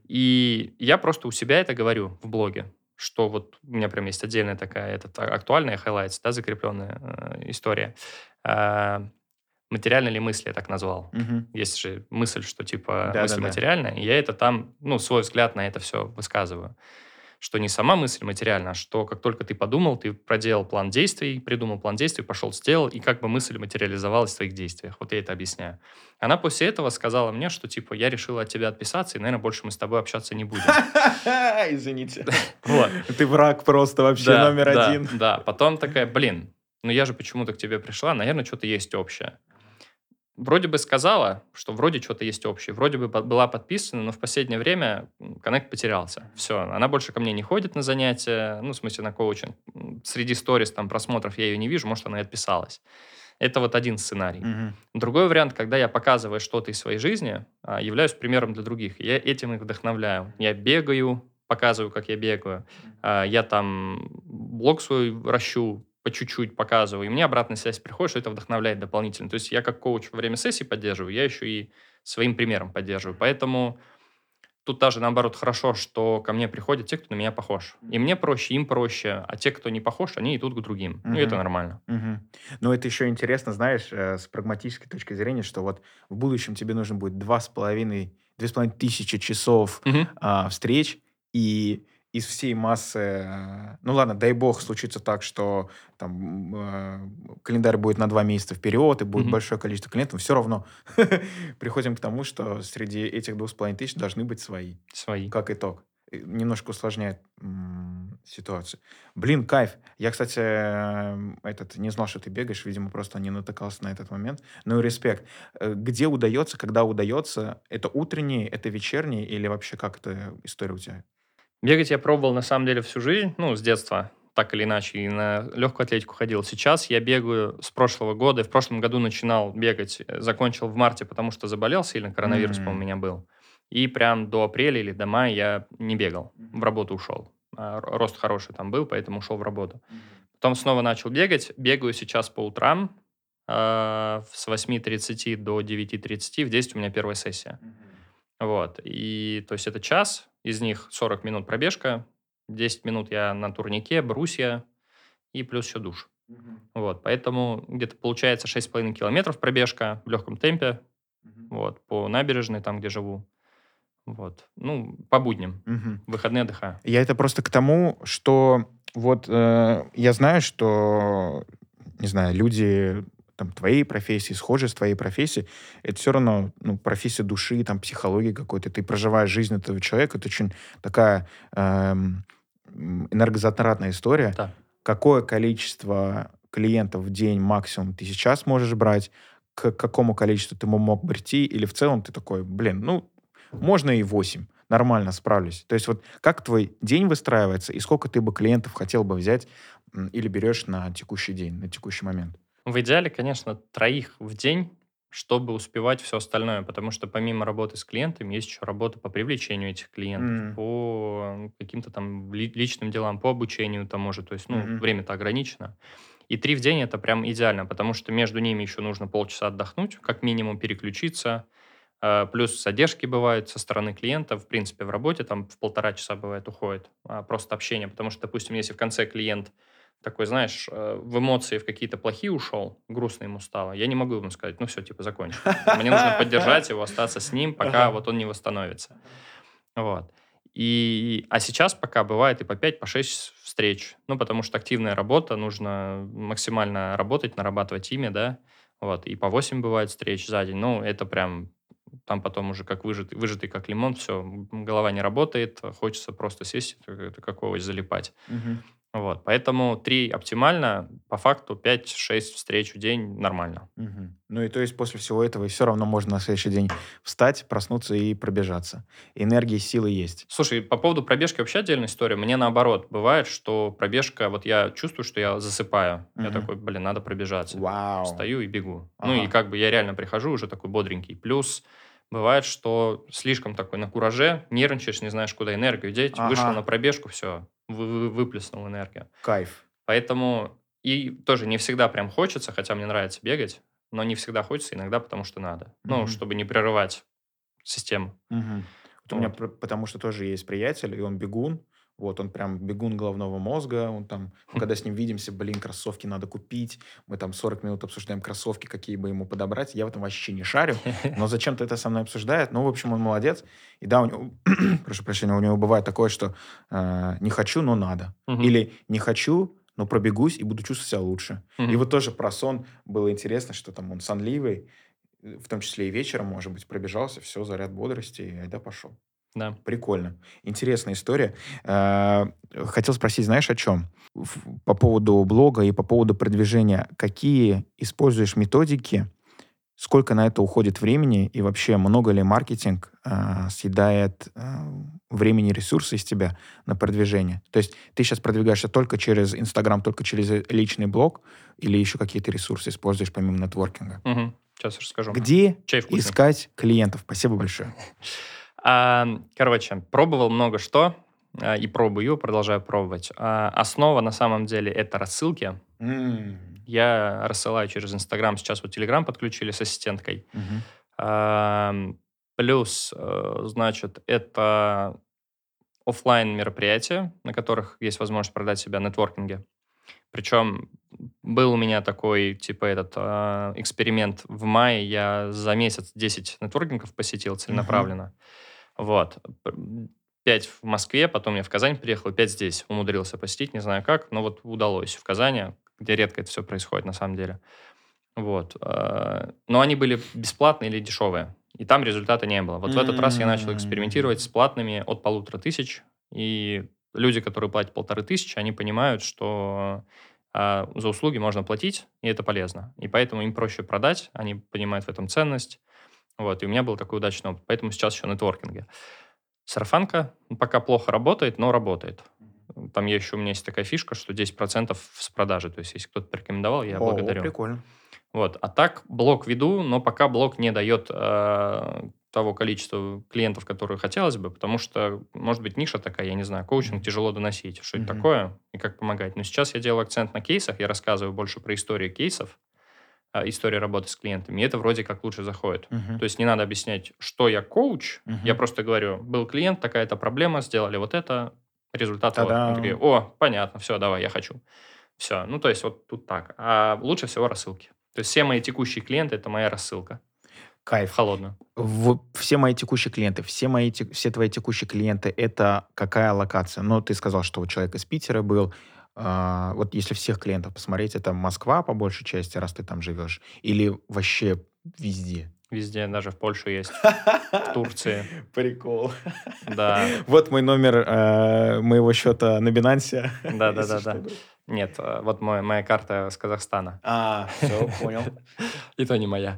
И я просто у себя это говорю в блоге, что вот у меня прям есть отдельная такая этот, а, актуальная highlights, да, закрепленная э, история. А, Материальны ли мысли, я так назвал. Мгм. Есть же мысль, что типа мысль Да-да-да. материальная, и я это там, ну, свой взгляд на это все высказываю. что не сама мысль материальна, а что как только ты подумал, ты проделал план действий, придумал план действий, пошел, сделал, и как бы мысль материализовалась в твоих действиях. Вот я это объясняю. Она после этого сказала мне, что типа я решила от тебя отписаться, и, наверное, больше мы с тобой общаться не будем. Извините. Вот. Ты враг просто вообще Да, номер да, один. да. Потом такая, блин, ну я же почему-то к тебе пришла, наверное, что-то есть общее. Вроде бы сказала, что вроде что-то есть общее, вроде бы под- была подписана, но в последнее время м, коннект потерялся. Все, она больше ко мне не ходит на занятия, ну, в смысле, на коучинг. М, Среди сторис, там, просмотров я ее не вижу, может, она и отписалась. Это вот один сценарий. Мгм. Другой вариант, когда я показываю что-то из своей жизни, а, являюсь примером для других. Я этим их вдохновляю. Я бегаю, показываю, как я бегаю. А, Я там блог свой ращу, по чуть-чуть показываю, и мне обратная связь приходит, что это вдохновляет дополнительно. То есть я как коуч во время сессии поддерживаю, я еще и своим примером поддерживаю. Поэтому тут даже наоборот хорошо, что ко мне приходят те, кто на меня похож. И мне проще, им проще, а те, кто не похож, они идут к другим. Ну, и это Мгм. нормально. Мгм. Но это еще интересно, знаешь, э, с прагматической точки зрения, что вот в будущем тебе нужно будет два с половиной, две с половиной тысячи часов Мгм. а, встреч, и из всей массы, э, ну ладно, дай бог случится так, что там м, э, календарь будет на два месяца вперед, и будет Мгм. большое количество клиентов, все равно приходим к тому, что среди этих двух с половиной тысяч должны быть свои, Свои. как итог. И немножко усложняет м, ситуацию. Блин, кайф. Я, кстати, эм, этот, не знал, что ты бегаешь, видимо, просто не натыкался на этот момент. Ну и респект. Э, Где удается, когда удается? Это утренний, это вечерний или вообще как эта история у тебя? Бегать я пробовал на самом деле всю жизнь, ну, с детства, так или иначе, и на легкую атлетику ходил. Сейчас я бегаю с прошлого года. В прошлом году начинал бегать, э, закончил в марте, потому что заболел сильно, коронавирус, по-моему, у М, меня был. И прям до апреля или до мая я не бегал, в мгм, работу ушел. А, р- Рост хороший там был, поэтому ушел в работу. мгм, Потом снова начал бегать. Бегаю сейчас по утрам а, с восьми тридцати до девяти тридцати. В десять у меня первая сессия. мгм, Вот. И то есть это час, из них сорок минут пробежка, десять минут я на турнике, брусья и плюс еще душ. мгм, Вот. Поэтому где-то получается шесть с половиной километров пробежка в легком темпе, мгм, вот, по набережной, там, где живу. Вот. Ну, по будням. мгм. В выходные отдыхаю. Я это просто к тому, что вот э, я знаю, что, не знаю, люди там твоей профессии, схожие с твоей профессией, это все равно ну, профессия души, там психологии какой-то. Ты проживаешь жизнь этого человека, это очень такая эм, м, энергозатратная история. Да. Какое количество клиентов в день максимум ты сейчас можешь брать, к какому количеству ты мо- мог прийти, или в целом ты такой, блин, ну, можно и восемь. Нормально, справлюсь. То есть вот как твой день выстраивается и сколько ты бы клиентов хотел бы взять м, или берешь на текущий день, на текущий момент? В идеале, конечно, троих в день, чтобы успевать все остальное, потому что помимо работы с клиентами есть еще работа по привлечению этих клиентов, М, по каким-то там ли- личным делам, по обучению тому же, то есть, ну, мгм, время-то ограничено. И три в день это прям идеально, потому что между ними еще нужно полчаса отдохнуть, как минимум переключиться, а, плюс задержки бывают со стороны клиента, в принципе, в работе там в полтора часа бывает уходит, а, просто общение, потому что, допустим, если в конце клиент такой, знаешь, э, в эмоции в какие-то плохие ушел, грустно ему стало, я не могу ему сказать, ну все, типа, закончи. Мне нужно поддержать его, остаться с ним, пока Ага. вот он не восстановится. Вот. И, а сейчас пока бывает и по пять, по шесть встреч. Ну, потому что активная работа, нужно максимально работать, нарабатывать имя, да. Вот. И по восемь бывает встреч за день. Ну, это прям там потом уже как выжатый, выжатый как лимон, все, голова не работает, хочется просто сесть, это, это как овощ залипать. Мгм. Вот. Поэтому три оптимально, по факту пять-шесть встреч в день нормально. Мгм. Ну и то есть после всего этого все равно можно на следующий день встать, проснуться и пробежаться. Энергии, силы есть. Слушай, по поводу пробежки вообще отдельная история. Мне наоборот, бывает, что пробежка, вот я чувствую, что я засыпаю. Я Мгм. такой, блин, надо пробежаться. Вау. Встаю и бегу. Ну и Ага. как бы я реально прихожу уже такой бодренький. Плюс бывает, что слишком такой на кураже, нервничаешь, не знаешь, куда энергию деть. Ага. Вышел на пробежку, все, выплеснул энергию. Кайф. Поэтому и тоже не всегда прям хочется, хотя мне нравится бегать, но не всегда хочется, иногда потому что надо. Ну, Мгм. чтобы не прерывать систему. Мгм. Вот у меня Вот. пр- потому что тоже есть приятель, и он бегун. Вот, он прям бегун головного мозга, он там, мы когда с ним видимся, блин, кроссовки надо купить, мы там сорок минут обсуждаем кроссовки, какие бы ему подобрать, я в этом вообще не шарю, но зачем-то это со мной обсуждает, ну, в общем, он молодец, и да, у него, прошу прощения, у него бывает такое, что э, не хочу, но надо, Мгм. или не хочу, но пробегусь и буду чувствовать себя лучше. И Мгм. вот тоже про сон было интересно, что там он сонливый, э, в том числе и вечером, может быть, пробежался, все, заряд бодрости, и айда пошел. Да. Прикольно. Интересная история. Э, Хотел спросить, знаешь, о чем? В- По поводу блога и по поводу продвижения. Какие используешь методики? Сколько на это уходит времени? И вообще, много ли маркетинг э, съедает э, времени и ресурсы из тебя на продвижение? То есть ты сейчас продвигаешься только через Инстаграм, только через э, личный блог? Или еще какие-то ресурсы используешь помимо нетворкинга? Мгм. Сейчас расскажу. Где Чай вкусный. искать клиентов? Спасибо большое. А, короче, пробовал много что, а, и пробую, продолжаю пробовать. А, основа на самом деле это рассылки. М, Я рассылаю через Инстаграм, сейчас вот Телеграм подключили с ассистенткой. мгм. Ам, Плюс, э, значит, это оффлайн мероприятия, на которых есть возможность продать себя, нетворкинге. Причем был у меня такой, типа, этот а, эксперимент в мае. Я за месяц десять нетворкингов посетил Мгм. целенаправленно. Вот. М, пять в Москве, потом я в Казань приехал, пять здесь. Умудрился посетить, не знаю как, но вот удалось в Казани, где редко это все происходит на самом деле. Вот. а, Но они были бесплатные или дешевые. И там результата не было. Вот в этот раз я начал экспериментировать с М. платными от полутора тысяч. И люди, которые платят полторы тысячи, они понимают, что а, за услуги можно платить, и это полезно. И поэтому им проще продать, они понимают в этом ценность. Вот. И у меня был такой удачный опыт. Поэтому сейчас еще нетворкинге. Сарафанка ну, пока плохо работает, но работает. Там я еще, у меня есть такая фишка, что десять процентов с продажи. То есть, если кто-то порекомендовал, я О, благодарю. прикольно. Вот. А так блог веду, но пока блог не дает э, того количества клиентов, которые хотелось бы, потому что, может быть, ниша такая, я не знаю, коучинг Мгм. тяжело доносить, что это Мгм. такое и как помогать. Но сейчас я делаю акцент на кейсах, я рассказываю больше про историю кейсов, а, истории работы с клиентами, и это вроде как лучше заходит. Мгм. То есть не надо объяснять, что я коуч, я Мгм. просто говорю, был клиент, такая-то проблема, сделали вот это, результат вот. Он такие, Та-дам! о, понятно, все, давай, я хочу. Все, ну то есть вот тут так. А лучше всего рассылки. То есть все мои текущие клиенты– это моя рассылка в Кайф. холодную. В все мои текущие клиенты, все мои те все твои текущие клиенты — это какая локация? Ну, ты сказал, что вот человек из Питера был. А, вот если всех клиентов посмотреть, это Москва по большей части, раз ты там живешь, или вообще везде? Везде, даже в Польше есть, в Турции, Прикол. да, Вот мой номер, э, моего счета на "Бинансе", если что, да-да-да-да. друг. Нет, э, вот мой, моя карта с Казахстана. А, все, понял. И то не моя.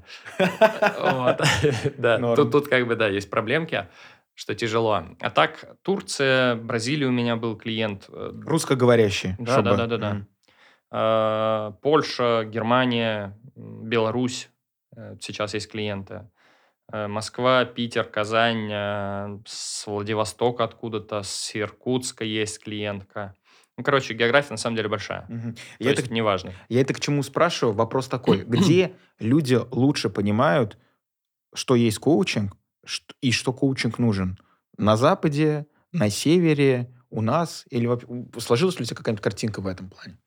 Вот. Да, тут, Норм. тут как бы, да, есть проблемки, что тяжело. А так, Турция, Бразилия у меня был клиент. э, Русскоговорящие, Да, да, да, чтобы. да, да. Мгм. А, Польша, Германия, м, Беларусь. э, Сейчас есть клиенты. Э, Москва, Питер, Казань, э, с Владивостока откуда-то, с Иркутска есть клиентка. Ну, короче, география на самом деле большая. Мгм. То Я это есть неважный. я это к чему спрашиваю? Вопрос такой: где люди лучше понимают, что есть коучинг, чт и что коучинг нужен? На Западе, на Севере, у нас или вооб у сложилась ли у тебя какая-нибудь картинка в этом плане?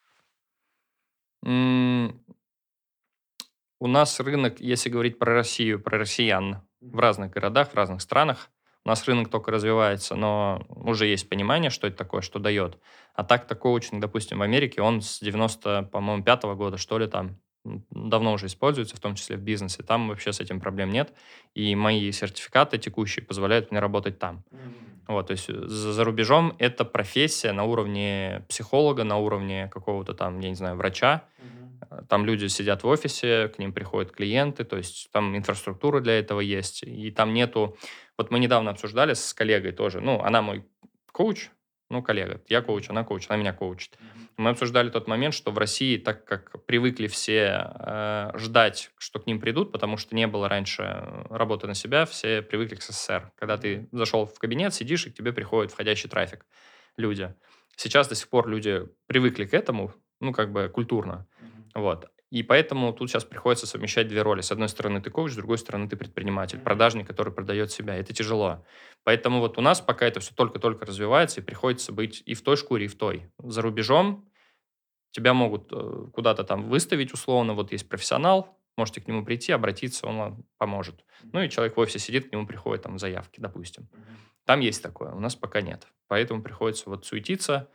М, У нас рынок, если говорить про Россию, про россиян в разных городах, в разных странах, у нас рынок только развивается, но уже есть понимание, что это такое, что дает. А так-то коучинг, допустим, в Америке, он с девяносто, по-моему, пятого года, что ли, там, м, давно уже используется, в том числе в бизнесе. Там вообще с этим проблем нет. И мои сертификаты текущие позволяют мне работать там. М. Вот, то есть э, за, за рубежом это профессия на уровне психолога, на уровне какого-то там, я не знаю, врача. Мгм. Э, Там люди сидят в офисе, к ним приходят клиенты, то есть там инфраструктура для этого есть, и там нету... Вот мы недавно обсуждали с коллегой тоже, ну, она мой коуч, ну, коллега, я коуч, она коуч, она меня коучит. Мгм. Мы обсуждали тот момент, что в России, так как привыкли все э, ждать, что к ним придут, потому что не было раньше э, работы на себя, все привыкли к СССР. Когда Мгм. ты зашел в кабинет, сидишь, и к тебе приходит входящий трафик, люди. Сейчас до сих пор люди привыкли к этому, ну, как бы культурно. Мгм. Вот. И поэтому тут сейчас приходится совмещать две роли. С одной стороны ты коуч, с другой стороны ты предприниматель, продажник, который продает себя. Это тяжело. Поэтому вот у нас пока это все только-только развивается, и приходится быть и в той шкуре, и в той. За рубежом тебя могут э, куда-то там выставить условно. Вот есть профессионал, можете к нему прийти, обратиться, он вам поможет. Ну и человек в офисе сидит, к нему приходят там заявки, допустим. Там есть такое, у нас пока нет. Поэтому приходится вот суетиться.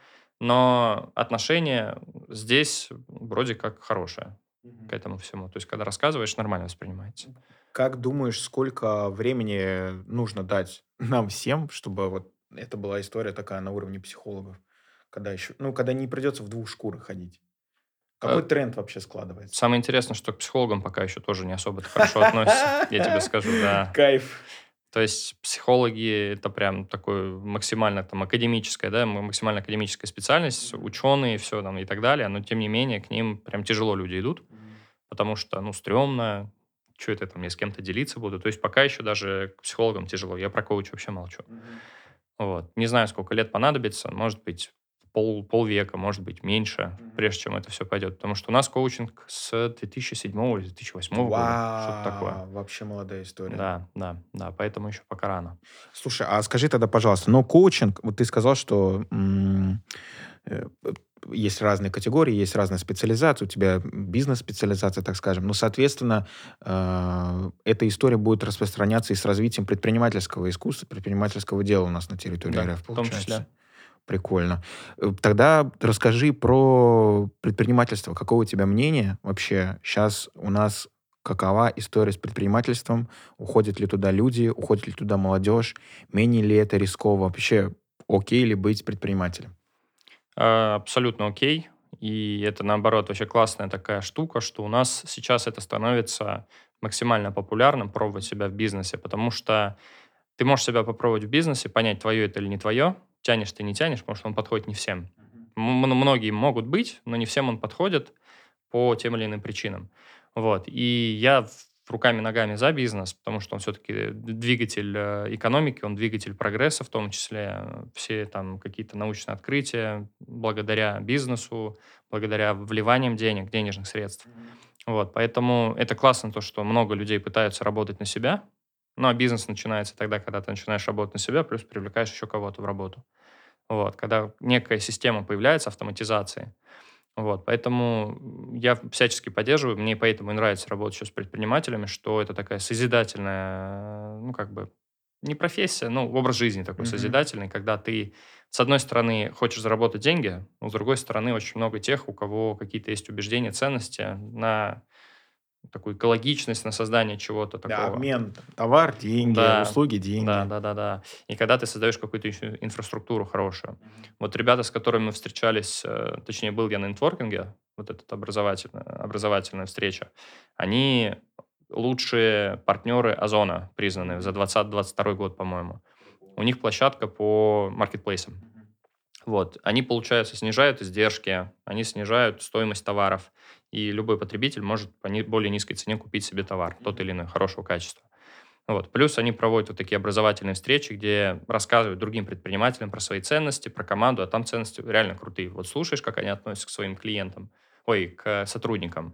Но отношение здесь вроде как хорошее к этому всему. То есть, когда рассказываешь, нормально воспринимается. Как думаешь, сколько времени нужно дать нам всем, чтобы вот это была история такая на уровне психологов? Когда еще, ну, когда не придется в двух шкурах ходить. Э, Какой тренд вообще складывается? Самое интересное, что к психологам пока еще тоже не особо-то хорошо относятся, я тебе скажу, да. Кайф. То есть психологи — это прям такой максимально там академическая, да, м- максимально академическая специальность, ученые, все там и так далее, но тем не менее к ним прям тяжело люди идут, потому что, ну, стрёмно, что это там, я с кем-то делиться буду. То есть пока еще даже к психологам тяжело, я про коуч вообще молчу. Вот. Не знаю, сколько лет понадобится, может быть, пол, полвека, может быть, меньше, прежде чем это все пойдет. Потому что у нас коучинг с две тысячи седьмого или две тысячи восьмого года, что-то такое. Вау, вообще молодая история. Да, да, да, поэтому еще пока рано. Слушай, а скажи тогда, пожалуйста, но коучинг, вот ты сказал, что м, э, п- есть разные категории, есть разная специализация, у тебя бизнес-специализация, так скажем. Ну, соответственно, э, эта история будет распространяться и с развитием предпринимательского искусства, предпринимательского дела у нас на территории Да, эр эф, в том числе. получается. Прикольно. Э, Тогда расскажи про предпринимательство. Какое у тебя мнение вообще? Сейчас у нас какова история с предпринимательством? Уходят ли туда люди? Уходит ли туда молодежь? Менее ли это рисково? Вообще, окей ли быть предпринимателем? А, Абсолютно окей. И это, наоборот, вообще классная такая штука, что у нас сейчас это становится максимально популярным, пробовать себя в бизнесе, потому что ты можешь себя попробовать в бизнесе, понять, твое это или не твое, тянешь ты, не тянешь, потому что он подходит не всем. М- м- Многие могут быть, но не всем он подходит по тем или иным причинам. Вот. И я в- руками-ногами за бизнес, потому что он все-таки двигатель э, экономики, он двигатель прогресса, в том числе э, все там какие-то научные открытия благодаря бизнесу, благодаря вливаниям денег, денежных средств. Вот, поэтому это классно, то, что много людей пытаются работать на себя, ну, а бизнес начинается тогда, когда ты начинаешь работать на себя, плюс привлекаешь еще кого-то в работу. Вот, когда некая система появляется автоматизации. Вот, поэтому м, я всячески поддерживаю, мне поэтому и нравится работать еще с предпринимателями, что это такая созидательная, ну, как бы, не профессия, ну, образ жизни такой Мгм. созидательный, когда ты, с одной стороны, хочешь заработать деньги, но с другой стороны, очень много тех, у кого какие-то есть убеждения, ценности на такую экологичность, на создание чего-то Да, такого. обмен. Там, товар, деньги, Да, услуги, да, деньги. да, да, да. И когда ты создаешь какую-то еще инфраструктуру хорошую. Вот ребята, с которыми мы встречались, э, точнее, был я на нетворкинге, вот этот образовательная, образовательная встреча, они лучшие партнеры Озона, признанные за двадцатый двадцать второй год, по-моему. У них площадка по маркетплейсам. Вот. Они, получается, снижают издержки, они снижают стоимость товаров, и любой потребитель может по ни- более низкой цене купить себе товар, тот или иной, хорошего качества. Вот. Плюс они проводят вот такие образовательные встречи, где рассказывают другим предпринимателям про свои ценности, про команду, а там ценности реально крутые. Вот слушаешь, как они относятся к своим клиентам, ой, к сотрудникам.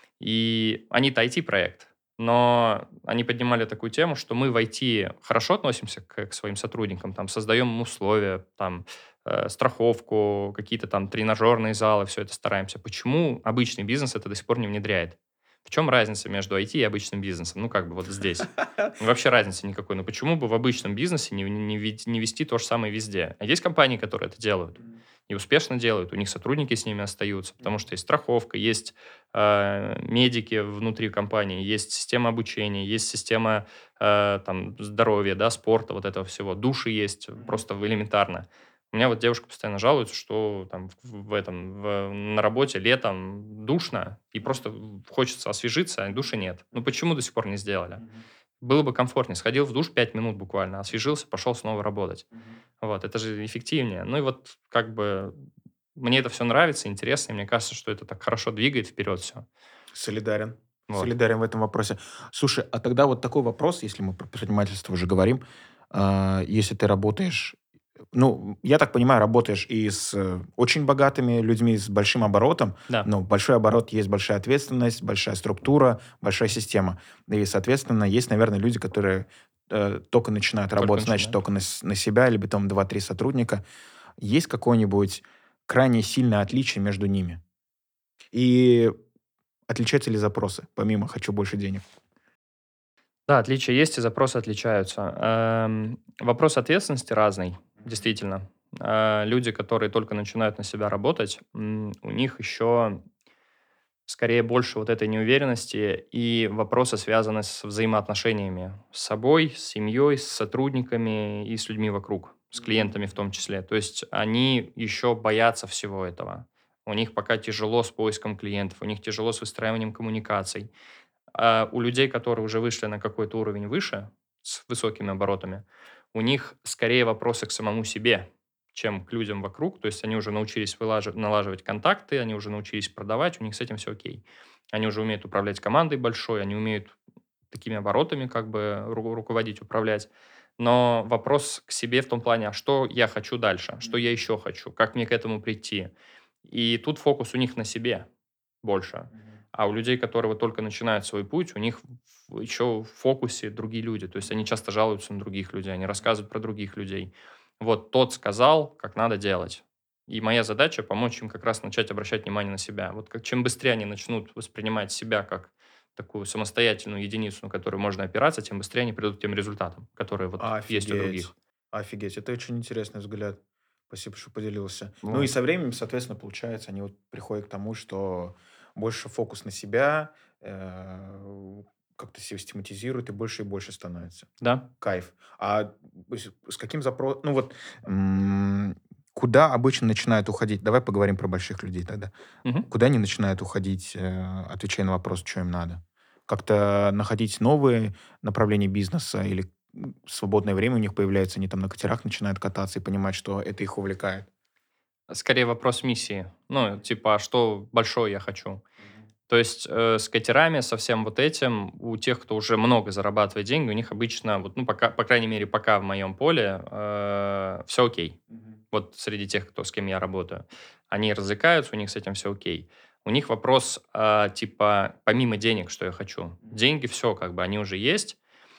И они-то ай ти-проект, но они поднимали такую тему, что мы в ай ти хорошо относимся к, к своим сотрудникам, там, создаем им условия, там, э, страховку, какие-то там тренажерные залы, все это стараемся. Почему обычный бизнес это до сих пор не внедряет? В чем разница между ай ти и обычным бизнесом? Ну, как бы вот здесь. Вообще разницы никакой. Но почему бы в обычном бизнесе не, не, ве- не вести то же самое везде? А есть компании, которые это делают. И успешно делают. У них сотрудники с ними остаются. Потому что есть страховка, есть э, медики внутри компании, есть система обучения, есть система э, там, здоровья, да, спорта, вот этого всего. Души есть просто элементарно. У меня вот девушка постоянно жалуется, что там в, в этом, в- на работе летом душно, и просто хочется освежиться, а души нет. Ну почему до сих пор не сделали? Было бы комфортнее. Сходил в душ пять минут буквально, освежился, пошел снова работать. Вот, это же эффективнее. Ну и вот как бы мне это все нравится, интересно, и мне кажется, что это так хорошо двигает вперед все. Солидарен. Вот. Солидарен в этом вопросе. Слушай, а тогда вот такой вопрос, если мы про предпринимательство уже говорим. А, если ты работаешь Ну, я так понимаю, работаешь и с э, очень богатыми людьми, с большим оборотом. Да, Но большой оборот есть большая ответственность, большая структура, большая система. И, соответственно, есть, наверное, люди, которые э, только начинают только работать, значит, начинают. только на, с- на себя, либо там два-три сотрудника. Есть какое-нибудь крайне сильное отличие между ними? И отличаются ли запросы, помимо «хочу больше денег»? Да, отличия есть, и запросы отличаются. Эм, вопрос ответственности разный, действительно. Э, люди, которые только начинают на себя работать, м, у них еще скорее больше вот этой неуверенности и вопросы, связаны с взаимоотношениями с собой, с семьей, с сотрудниками и с людьми вокруг, с клиентами в том числе. То есть они еще боятся всего этого. У них пока тяжело с поиском клиентов, у них тяжело с выстраиванием коммуникаций. А у людей, которые уже вышли на какой-то уровень выше, с высокими оборотами, у них скорее вопросы к самому себе, чем к людям вокруг. То есть они уже научились вылажи- налаживать контакты, они уже научились продавать, у них с этим все окей. Они уже умеют управлять командой большой, они умеют такими оборотами как бы ру- руководить, управлять. Но вопрос к себе в том плане, а что я хочу дальше, что я еще хочу, как мне к этому прийти. И тут фокус у них на себе больше. А у людей, которые вот только начинают свой путь, у них в- еще в фокусе другие люди. То есть они часто жалуются на других людей, они рассказывают про других людей. Вот тот сказал, как надо делать. И моя задача помочь им как раз начать обращать внимание на себя. Вот как, чем быстрее они начнут воспринимать себя как такую самостоятельную единицу, на которую можно опираться, тем быстрее они придут к тем результатам, которые вот есть у других. Офигеть. Офигеть. Это очень интересный взгляд. Спасибо, что поделился. Ну и Вот. со временем, соответственно, получается, они вот приходят к тому, что больше фокус на себя, э, как-то себя систематизируют и больше и больше становится. Да. Кайф. А с с каким запросом... Ну вот, м, куда обычно начинают уходить? Давай поговорим про больших людей тогда. Мгм. Куда они начинают уходить, э, отвечая на вопрос, что им надо? Как-то находить новые направления бизнеса или м, свободное время у них появляется, они там на катерах начинают кататься и понимать, что это их увлекает. Скорее вопрос миссии. Ну, типа, а что большое я хочу? Мгм. То есть э, с катерами, со всем вот этим, у тех, кто уже много зарабатывает деньги, у них обычно, вот, ну, пока, по крайней мере, пока в моем поле, все окей. Мгм. Вот среди тех, кто, с кем я работаю. Они развлекаются, у них с этим все окей. У них вопрос, а, типа, помимо денег, что я хочу. Мгм. Деньги, все, как бы, они уже есть.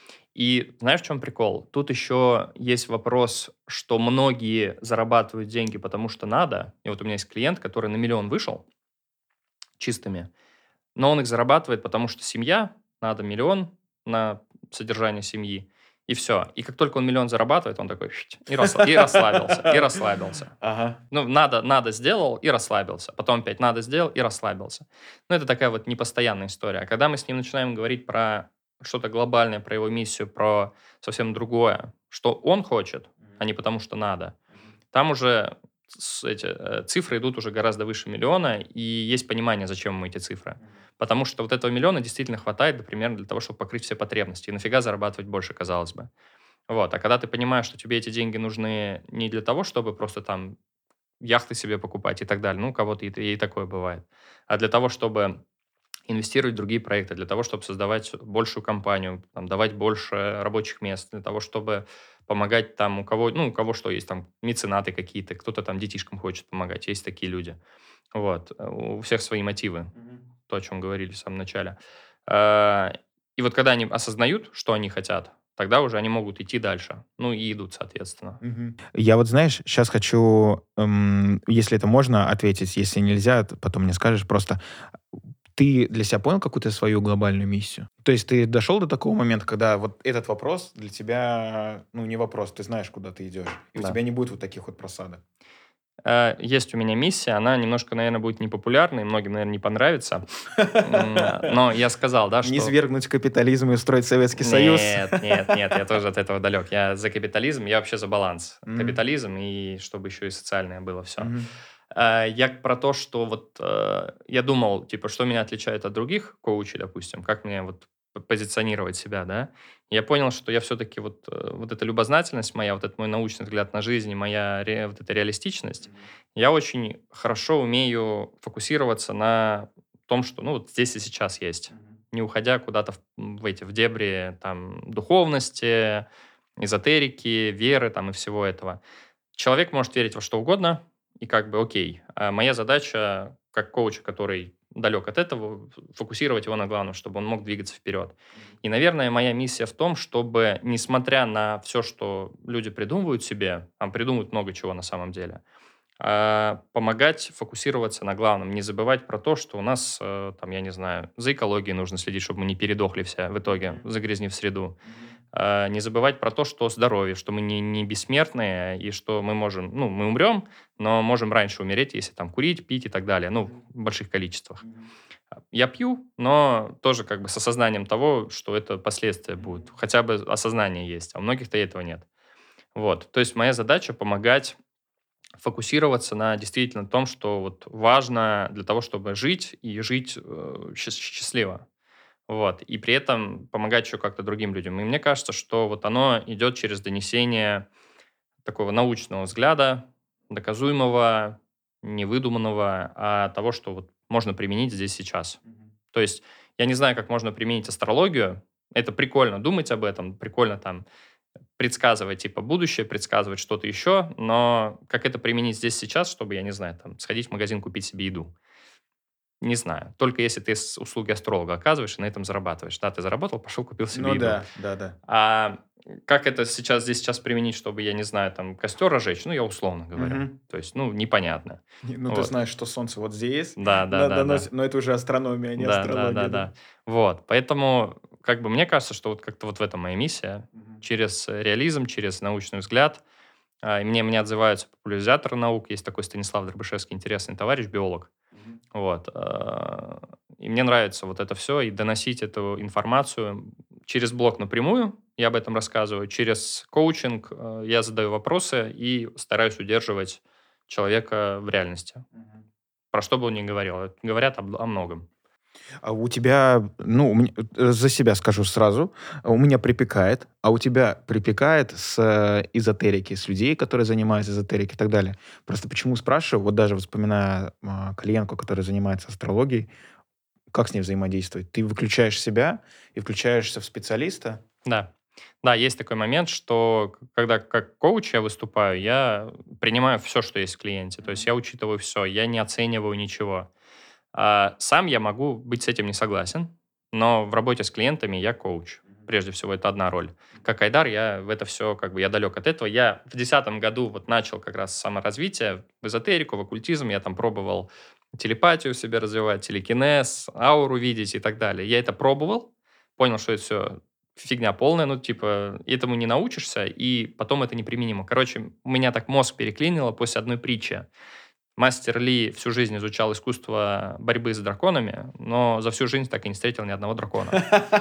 И знаешь, в чем прикол? Тут еще есть вопрос, что многие зарабатывают деньги, потому что надо. И вот у меня есть клиент, который на миллион вышел чистыми, но он их зарабатывает, потому что семья, надо миллион на содержание семьи, и все. И как только он миллион зарабатывает, он такой «Щить», и, расслаб- и расслабился, и расслабился. Ага. Ну, надо, надо сделал и расслабился. Потом опять надо сделал и расслабился. Ну, это такая вот непостоянная история. А когда мы с ним начинаем говорить про что-то глобальное, про его миссию, про совсем другое, что он хочет, а Мгм. не потому что надо, Мгм. там уже с- эти, э, цифры идут уже гораздо выше миллиона, и есть понимание, зачем ему эти цифры. Мгм. Потому что вот этого миллиона действительно хватает, например, для того, чтобы покрыть все потребности. И нафига зарабатывать больше, казалось бы. Вот. А когда ты понимаешь, что тебе эти деньги нужны не для того, чтобы просто там яхты себе покупать и так далее, ну, у кого-то и, и такое бывает, а для того, чтобы инвестировать в другие проекты, для того, чтобы создавать большую компанию, там, давать больше рабочих мест, для того, чтобы помогать там у кого, ну, у кого что есть, там, меценаты какие-то, кто-то там детишкам хочет помогать, есть такие люди. Вот. э, У всех свои мотивы, Мгм. то, о чем говорили в самом начале. А, И вот когда они осознают, что они хотят, тогда уже они могут идти дальше. Ну, и идут, соответственно. Мгм. Я вот, знаешь, сейчас хочу, эм, если это можно ответить, если нельзя, то потом мне скажешь просто. Ты для себя понял какую-то свою глобальную миссию? То есть ты дошел до такого момента, когда вот этот вопрос для тебя, ну, не вопрос, ты знаешь, куда ты идешь, и у Да. тебя не будет вот таких вот просадок. Э, Есть у меня миссия, она немножко, наверное, будет непопулярной, многим, наверное, не понравится. М, а, Но я сказал, да, Не что свергнуть капитализм и устроить Советский Союз. нет, нет, нет, я тоже от этого далек. Я за капитализм, я вообще за баланс. М, Капитализм и чтобы еще и социальное было все. мгм, Я про то, что вот э, я думал, типа, что меня отличает от других коучей, допустим, как мне вот п- позиционировать себя, да. И я понял, что я все-таки вот, э, вот эта любознательность моя, вот этот мой научный взгляд на жизнь, и моя ре- вот эта реалистичность, мгм, я очень хорошо умею фокусироваться на том, что, ну, вот здесь и сейчас есть, мгм, не уходя куда-то в, м, в эти, в дебри, там, духовности, эзотерики, веры, там, и всего этого. человек может верить во что угодно, и как бы окей. А моя задача, как коуча, который далек от этого, фокусировать его на главном, чтобы он мог двигаться вперед. И, наверное, моя миссия в том, чтобы, несмотря на все, что люди придумывают себе, а придумывают много чего на самом деле, а, помогать фокусироваться на главном, не забывать про то, что у нас, э, там, я не знаю, за экологией нужно следить, чтобы мы не передохли все в итоге, загрязнив среду. А, не забывать про то, что здоровье, что мы не, не бессмертные, и что мы можем, ну, мы умрем, но можем раньше умереть, если там курить, пить и так далее, ну, в больших количествах. Я пью, но тоже как бы с осознанием того, что это последствия будут. Хотя бы осознание есть, а у многих-то и этого нет. Вот. То есть моя задача помогать фокусироваться на действительно том, что вот важно для того, чтобы жить и жить э, счаст- счастливо. Вот. И при этом помогать еще как-то другим людям. И мне кажется, что вот оно идет через донесение такого научного взгляда, доказуемого, невыдуманного, а того, что вот можно применить здесь сейчас. То есть я не знаю, как можно применить астрологию. Это прикольно думать об этом, прикольно там предсказывать типа будущее, предсказывать что-то еще, но как это применить здесь сейчас, чтобы, я не знаю, там, сходить в магазин, купить себе еду? Не знаю. Только если ты с услуги астролога оказываешь и на этом зарабатываешь. Да, ты заработал, пошел, купил себе Ну еду. да, да, да. А как это сейчас здесь сейчас применить, чтобы, я не знаю, там, костер разжечь? Ну, я условно говорю. Мгм. То есть, ну, непонятно. Ну, ты Вот. знаешь, что солнце вот здесь, Да, да, на- да, да. доносит, но это уже астрономия, а не Да, да, да, астрология, да. да? Вот. Поэтому, как бы, мне кажется, что вот как-то вот в этом моя миссия. Мгм. Через э, реализм, через научный взгляд. А, и мне, мне отзываются популяризаторы наук. Есть такой Станислав Дробышевский, интересный товарищ, биолог. Мгм. Вот. а, И мне нравится вот это все, и доносить эту информацию через блог напрямую, я об этом рассказываю, через коучинг э, я задаю вопросы и стараюсь удерживать человека в реальности. Мгм. Про что бы он ни говорил. Говорят об- о многом. А у тебя, ну, у меня- э, за себя скажу сразу, а у меня припекает, а у тебя припекает с э, эзотерики, с людей, которые занимаются эзотерикой и так далее. Просто почему спрашиваю, вот даже вспоминая а, клиентку, которая занимается астрологией, как с ней взаимодействовать? Ты выключаешь себя и включаешься в специалиста? Да. Да, есть такой момент, что к- когда как коуч я выступаю, я принимаю все, что есть в клиенте. То есть я учитываю все, я не оцениваю ничего. А, сам я могу быть с этим не согласен, но в работе с клиентами я коуч. Прежде всего, это одна роль. Как Айдар, я в это все, как бы, я далек от этого. Я в десятом году вот начал как раз саморазвитие в эзотерику, в оккультизм. Я там пробовал телепатию в себе развивать, телекинез, ауру видеть и так далее. Я это пробовал, понял, что это все фигня полная, ну, типа, этому не научишься, и потом это неприменимо. Короче, у меня так мозг переклинило после одной притчи. Мастер Ли всю жизнь изучал искусство борьбы с драконами, но за всю жизнь так и не встретил ни одного дракона.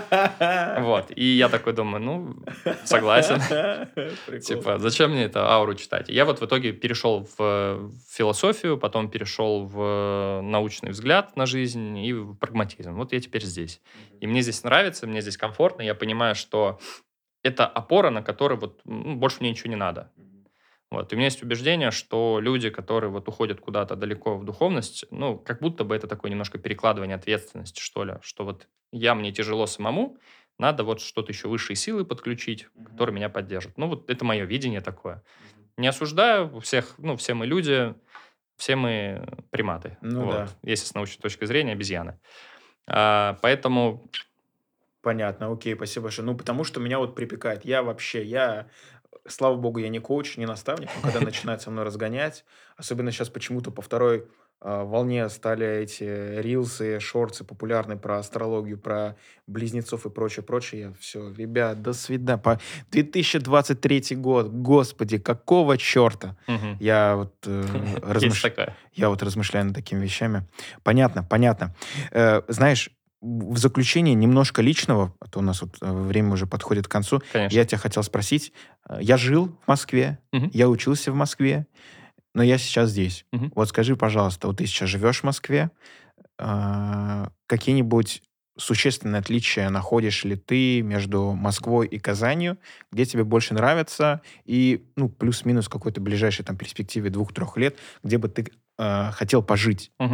Вот. И я такой думаю, ну, согласен. Прикол. Типа, зачем мне это ауру читать? Я вот в итоге перешел в э, философию, потом перешел в научный взгляд на жизнь и в прагматизм. Вот я теперь здесь. И мне здесь нравится, мне здесь комфортно. Я понимаю, что это опора, на которой вот м, больше мне ничего не надо. Вот. И у меня есть убеждение, что люди, которые вот уходят куда-то далеко в духовность, ну, как будто бы это такое немножко перекладывание ответственности, что ли, что вот я, мне тяжело самому, надо вот что-то еще высшие силы подключить, которые меня поддержат. Ну, вот это мое видение такое. Не осуждаю, у всех, ну, все мы люди, все мы приматы. Ну Вот. да. Если с научной точки зрения, обезьяны. А, поэтому, Понятно, окей, спасибо большое. Ну, потому что меня вот припекает. Я вообще, я, э, слава богу, я не коуч, не наставник, но когда начинают со мной разгонять, особенно сейчас почему-то по второй а, волне стали эти рилсы, шорты популярны про астрологию, про близнецов и прочее, прочее. Я все, ребят, до свидания. По две тысячи двадцать третий год, господи, какого черта? мгм, Я вот э, есть размыш- такое. я вот размышляю над такими вещами. Понятно, понятно. Э, знаешь, в заключение немножко личного, а то у нас вот э, время уже подходит к концу. Конечно. Я тебя хотел спросить. э, Я жил в Москве, Мгм, я учился в Москве, но я сейчас здесь. мгм. Вот скажи, пожалуйста, вот ты сейчас живешь в Москве, а, какие-нибудь существенные отличия находишь ли ты между Москвой и Казанью, где тебе больше нравится, и, ну, плюс-минус какой-то ближайшей там перспективе двух-трех лет, где бы ты а, хотел пожить? Мгм.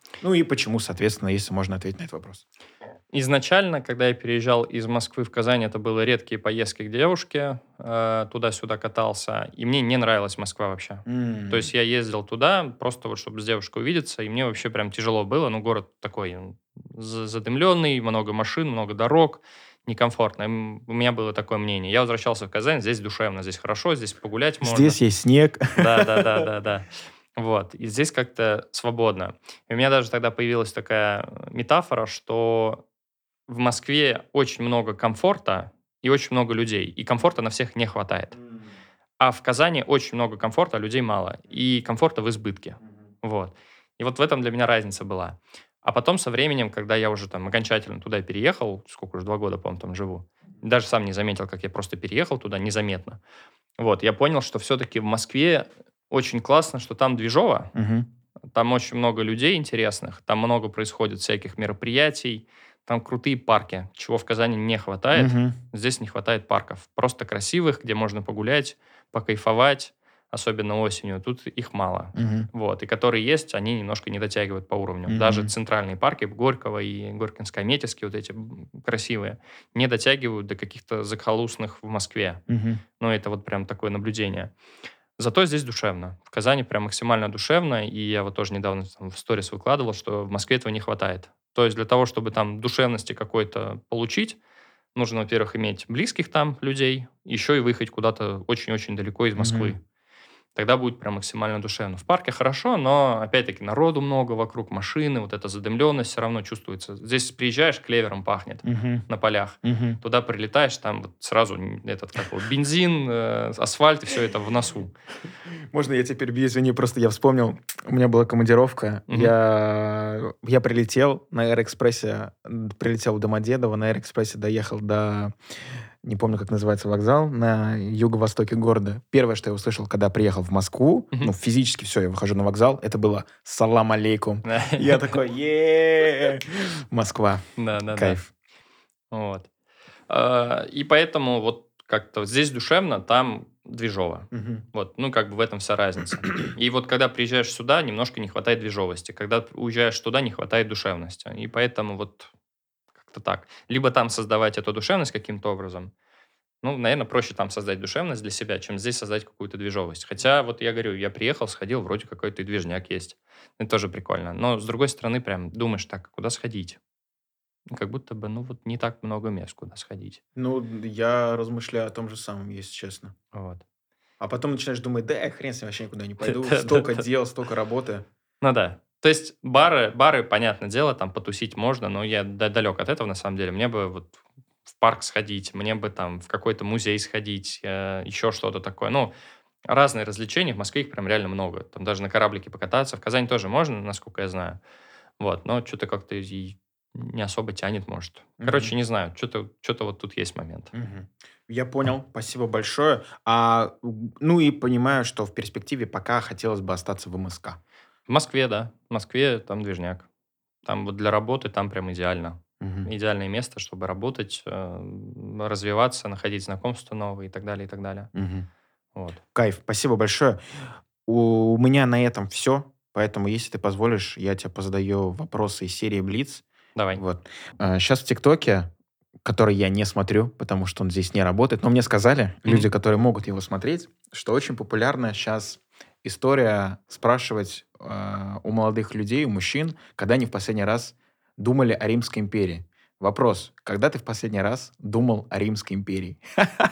Ну и почему, соответственно, если можно ответить на этот вопрос. Изначально, когда я переезжал из Москвы в Казань, это были редкие поездки к девушке, э, туда-сюда катался, и мне не нравилась Москва вообще. То есть М, я ездил туда просто вот, чтобы с девушкой увидеться, и мне вообще прям тяжело было. Ну, город такой м, за- задымленный, много машин, много дорог, некомфортно. М, У меня было такое мнение. Я возвращался в Казань, здесь душевно, здесь хорошо, здесь погулять можно. Здесь есть снег. Да, да, да, да, да. Вот. И здесь как-то свободно. И у меня даже тогда появилась такая э, метафора, что в Москве очень много комфорта и очень много людей. И комфорта на всех не хватает. М, А в Казани очень много комфорта, а людей мало. И комфорта в избытке. мгм. Вот. И вот в этом для меня разница была. А потом со временем, когда я уже там окончательно туда переехал, сколько уже, два года, по-моему, там живу, даже сам не заметил, как я просто переехал туда незаметно. Вот, я понял, что все-таки в Москве очень классно, что там движово, Мгм. там очень много людей интересных, там много происходит всяких мероприятий, там крутые парки, чего в Казани не хватает. Мгм. Здесь не хватает парков. Просто красивых, где можно погулять, покайфовать, особенно осенью. Тут их мало. Мгм. Вот. И которые есть, они немножко не дотягивают по уровню. Даже Мгм. центральные парки, Горького и Горькинско-Метьевские, вот эти м, красивые, не дотягивают до каких-то захолустных в Москве. Мгм. Ну, это вот прям такое наблюдение. Зато здесь душевно. В Казани прям максимально душевно, и я вот тоже недавно там в сторис выкладывал, что в Москве этого не хватает. То есть для того, чтобы там душевности какой-то получить, нужно, во-первых, иметь близких там людей, еще и выехать куда-то очень-очень далеко из Мгм. Москвы. Тогда будет прям максимально душевно. В парке хорошо, но, опять-таки, народу много вокруг, машины, вот эта задымленность все равно чувствуется. Здесь приезжаешь, клевером пахнет Мгм. на полях. Мгм. Туда прилетаешь, там вот сразу н- этот, как его, бензин, э, асфальт, и все это в носу. Можно я тебя перебью? Извини, просто я вспомнил. У меня была командировка. Мгм. Я, я прилетел на Аэроэкспрессе, м, прилетел в Домодедово, на Аэроэкспрессе доехал до, не помню, как называется вокзал, на юго-востоке города. Первое, что я услышал, когда приехал в Москву, Мгм. ну, физически все, я выхожу на вокзал, это было «Салам алейкум». Да, Я такой е Москва. да-да-да. Кайф. Вот. А, И поэтому вот как-то вот здесь душевно, там движово. Мгм. Вот, ну, как бы в этом вся разница. И вот когда приезжаешь сюда, немножко не хватает движовости. Когда уезжаешь туда, не хватает душевности. И поэтому вот как-то так. Либо там создавать эту душевность каким-то образом. Ну, наверное, проще там создать душевность для себя, чем здесь создать какую-то движовость. Хотя, вот я говорю, я приехал, сходил, вроде какой-то и движняк есть. Это тоже прикольно. Но, с другой стороны, прям думаешь так, куда сходить? Ну, как будто бы, ну, вот не так много мест, куда сходить. Ну, я размышляю о том же самом, если честно. Вот. А потом начинаешь думать, да, я хрен с ним, вообще никуда не пойду. Столько Да-да-да. дел, столько работы. Ну да. То есть бары, бары, понятное дело, там потусить можно, но я да- далек от этого, на самом деле. Мне бы вот в парк сходить, мне бы там в какой-то музей сходить, э, еще что-то такое. Ну, разные развлечения, в Москве их прям реально много. Там даже на кораблике покататься. В Казани тоже можно, насколько я знаю. Вот, но что-то как-то и не особо тянет, может. Мгм. Короче, не знаю, что-то что-то вот тут есть момент. Мгм. Я понял, спасибо большое. А, м, ну и понимаю, что в перспективе пока хотелось бы остаться в эм эс ка. В Москве, да. В Москве там движняк. Там вот для работы там прям идеально. Мгм. Идеальное место, чтобы работать, э, развиваться, находить знакомства новые и так далее, и так далее. Мгм. Вот. Кайф, спасибо большое. У меня на этом все, поэтому, если ты позволишь, я тебе позадаю вопросы из серии Блиц. Давай. Вот. Сейчас в ТикТоке, который я не смотрю, потому что он здесь не работает, но мне сказали, Мгм. люди, которые могут его смотреть, что очень популярна сейчас история спрашивать а, у молодых людей, у мужчин, когда они в последний раз думали о Римской империи. Вопрос: когда ты в последний раз думал о Римской империи?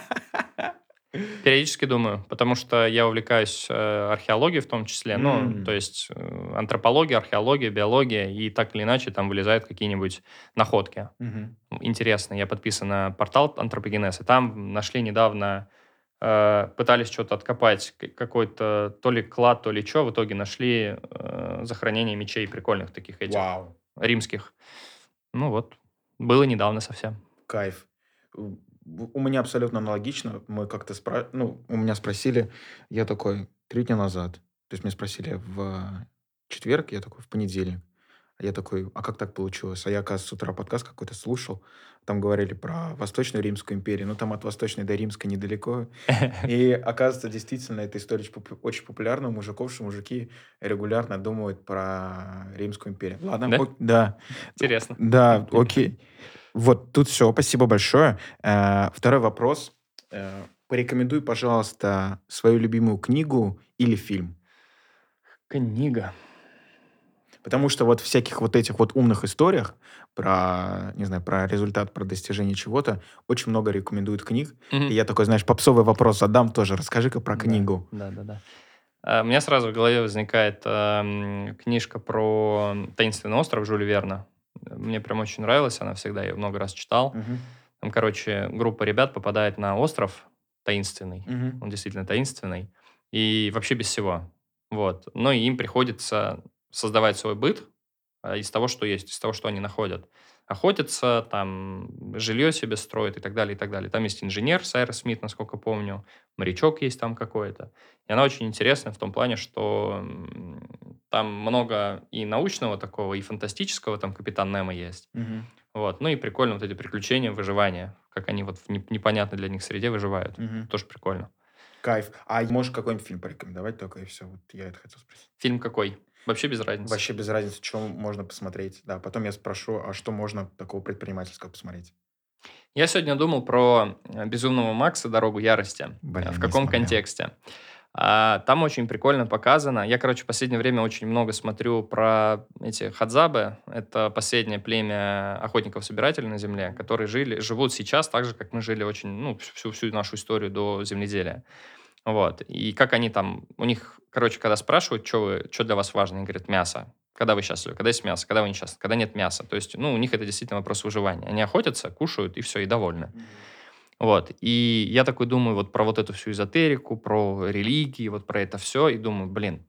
Периодически думаю, потому что я увлекаюсь э, археологией в том числе, ну, то М, есть э, антропология, археология, биология, и так или иначе там вылезают какие-нибудь находки мгм. интересные. Я подписан на портал Антропогенез, и там нашли недавно, э, пытались что-то откопать, к- какой-то то ли клад, то ли что, в итоге нашли э, захоронение мечей прикольных таких этих, Вау. римских. Ну вот, было недавно совсем. Кайф. У у меня абсолютно аналогично. Мы как-то спра ну, у меня спросили, я такой: три дня назад. То есть меня спросили в четверг, я такой: в понедельник. А я такой: "А как так получилось?" А я, оказывается, с утра подкаст какой-то слушал. Там говорили про Восточную Римскую империю. Ну, там от Восточной до Римской недалеко. И, оказывается, действительно, эта история очень поп очень популярна у мужиков, что мужики регулярно думают про Римскую империю. Ладно, Да? ок да. Т Интересно. да, окей. Вот тут все. Спасибо большое. Э, второй вопрос. Э, порекомендуй, пожалуйста, свою любимую книгу или фильм. Книга. Потому что вот всяких вот этих вот умных историях про, не знаю, про результат, про достижение чего-то очень много рекомендуют книг. И Мгм. я такой, знаешь, попсовый вопрос задам тоже. Расскажи-ка про Да, книгу. да-да-да. А, у меня сразу в голове возникает, ам, книжка про "Таинственный остров" Жюля Верна. Мне прям очень нравилась она всегда, я её много раз читал. Мгм. Там, короче, группа ребят попадает на остров таинственный. Мгм. Он действительно таинственный. И вообще без всего. Вот. Но им приходится создавать свой быт, а, из того, что есть, из того, что они находят. Охотятся, там, жилье себе строят и так далее, и так далее. Там есть инженер Сайрос Смит, насколько помню, морячок есть там какой-то. И она очень интересная в том плане, что м, там много и научного такого, и фантастического, там Капитан Немо есть. Мгм. Вот. Ну и прикольно вот эти приключения, выживания, как они вот в не- непонятной для них среде выживают. Мгм. Тоже прикольно. Кайф. А можешь какой-нибудь фильм порекомендовать только и все? Вот я это хотел спросить. Фильм какой? Вообще без разницы. Вообще без разницы, что можно посмотреть. Да, потом я спрошу, а что можно такого предпринимательского посмотреть? Я сегодня думал про э, «Безумного Макса. Дорогу ярости». Э, В Блин, не каком смотрел. контексте? А, Там очень прикольно показано. Я, короче, в последнее время очень много смотрю про эти хадзабы. Это последнее племя охотников-собирателей на Земле, которые жили, живут сейчас так же, как мы жили очень, ну, всю, всю нашу историю до земледелия. Вот. И как они там... У них, короче, когда спрашивают, что вы, что для вас важно, они говорят, мясо. Когда вы счастливы? Когда есть мясо? Когда вы несчастны? Когда нет мяса? То есть, ну, у них это действительно вопрос выживания. Они охотятся, кушают, и все, и довольны. Мгм. Вот. И я такой думаю вот про вот эту всю эзотерику, про религии, вот про это все, и думаю, блин,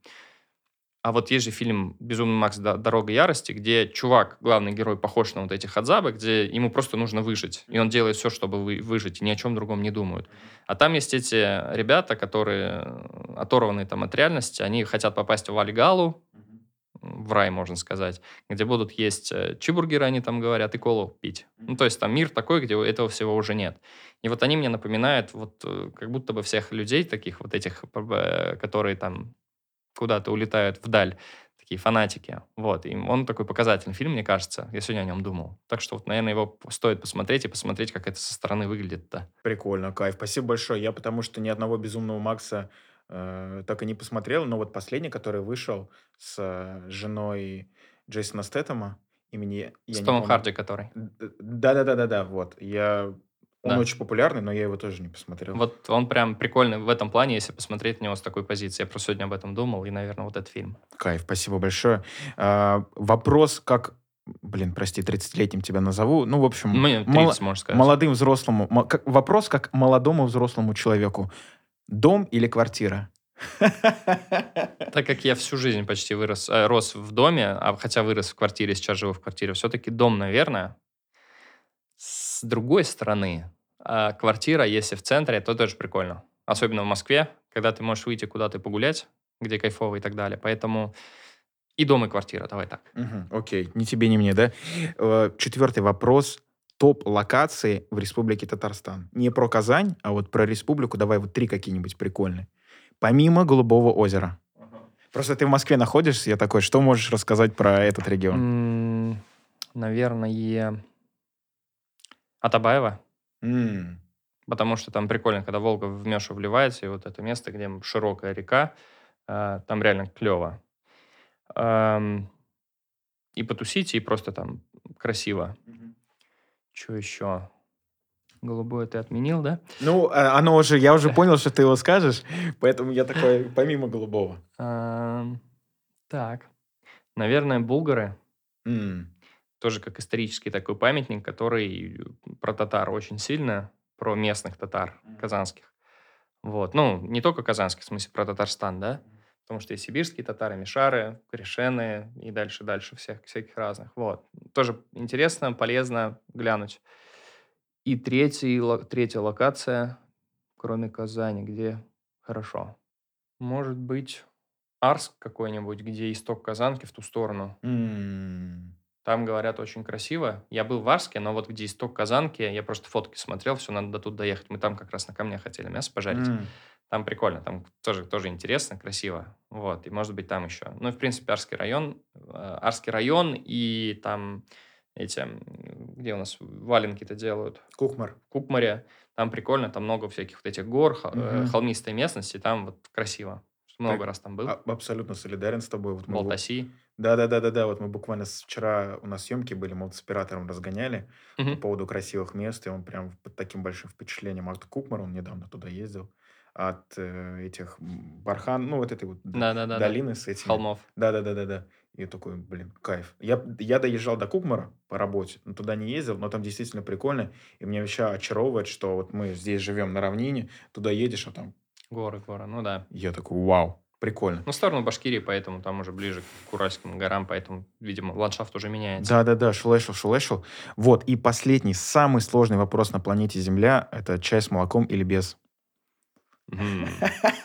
а вот есть же фильм «Безумный Макс. Д- Дорога ярости», где чувак, главный герой, похож на вот этих хадзабы, где ему просто нужно выжить. И он делает все, чтобы вы- выжить, и ни о чем другом не думают. Мгм. А там есть эти ребята, которые э, оторваны там от реальности, они хотят попасть в Вальгалу, Мгм. м, в рай, можно сказать, где будут есть э, чибургеры, они там говорят, и колу пить. Ну, то Мгм. есть там мир такой, где этого всего уже нет. И вот они мне напоминают, вот э, как будто бы всех людей таких вот этих, э, которые там куда-то улетают вдаль, такие фанатики. Вот. И он такой показательный фильм, мне кажется. Я сегодня о нем думал. Так что, вот, наверное, его п- стоит посмотреть и посмотреть, как это со стороны выглядит-то. Прикольно, кайф. Спасибо большое. Я потому что ни одного "Безумного Макса", э, так и не посмотрел. Но вот последний, который вышел с, э, женой Джейсона Стэтэма, имени С я не Томом помню. Харди, который. Д да-да-да-да-да, вот. Я Он Да. очень популярный, но я его тоже не посмотрел. Вот он прям прикольный в этом плане, если посмотреть на него с такой позиции. Я просто сегодня об этом думал, и, наверное, вот этот фильм. Кайф, спасибо большое. А, вопрос, как, блин, прости, тридцатилетним тебя назову. Ну, в общем, Мне мало тридцать, можно сказать. молодым взрослому мо как вопрос как молодому взрослому человеку: дом или квартира? Так как я всю жизнь почти вырос, э, рос в доме, а хотя вырос в квартире, сейчас живу в квартире, все-таки дом, наверное. С другой стороны, а, квартира, если в центре, то тоже прикольно. Особенно в Москве, когда ты можешь выйти куда-то погулять, где кайфово и так далее. Поэтому и дом, и квартира, давай так. Мгм. Окей, ни тебе, ни мне, да? Э, четвертый вопрос. Топ локации в Республике Татарстан. Не про Казань, а вот про республику. Давай вот три какие-нибудь прикольные. Помимо Голубого озера. Просто ты в Москве находишься, я такой, что можешь рассказать про этот регион? М, Наверное, Атабаева, М, потому что там прикольно, когда Волга в Мешу вливается, и вот это место, где широкая река, а, там реально клево. Ам, И потусить, и просто там красиво. мгм. Что еще? Голубое ты отменил, да? Ну, а, оно уже, я уже понял, что ты его скажешь, поэтому я такой, помимо Голубого. Ам, Так. Наверное, Булгары. М, Тоже как исторический такой памятник, который э, про татар очень сильно, про местных татар мгм. казанских. Вот. Ну, не только казанских, в смысле про Татарстан, да? Потому что есть сибирские татары, мишары, корешены и дальше-дальше всех, всяких разных. Вот. Тоже интересно, полезно глянуть. И третий, ло- третья локация, кроме Казани, где хорошо. Может быть... Арск какой-нибудь, где исток Казанки в ту сторону. М. Там, говорят, очень красиво. Я был в Арске, но вот где исток Казанки, я просто фотки смотрел, все, надо до туда доехать. Мы там как раз на камнях хотели мясо пожарить. М. Там прикольно, там тоже, тоже интересно, красиво. Вот, и может быть там еще. Ну, и, в принципе, Арский район, э, Арский район и там эти, м, где у нас валенки-то делают, Кукмар. в Кукмаре. Там прикольно, там много всяких вот этих гор, хо- э, Мгм. холмистой местности, там вот красиво. Много При- раз там был. а- Абсолютно солидарен с тобой. Вот мы бу- Балтаси. Да-да-да-да-да, вот мы буквально с- вчера у нас съемки были, мы вот с оператором разгоняли по Мгм. поводу красивых мест, и он прям под таким большим впечатлением от Кукмара, он недавно туда ездил, от э, этих м, Бархан, ну вот этой вот д- Да-да-да-да. долины с этими. Холмов. Да-да-да-да-да. И такой, блин, кайф. Я, я доезжал до Кукмара по работе, но туда не ездил, но там действительно прикольно, и меня вообще очаровывает, что вот мы здесь живем на равнине, туда едешь, а там Горы, горы, ну да. я такой, вау, прикольно. Ну, в сторону Башкирии, поэтому там уже ближе к Уральским горам, поэтому, видимо, ландшафт уже меняется. Да-да-да, шулешил, шулешил. Вот, и последний, самый сложный вопрос на планете Земля — это чай с молоком или без? Мгм.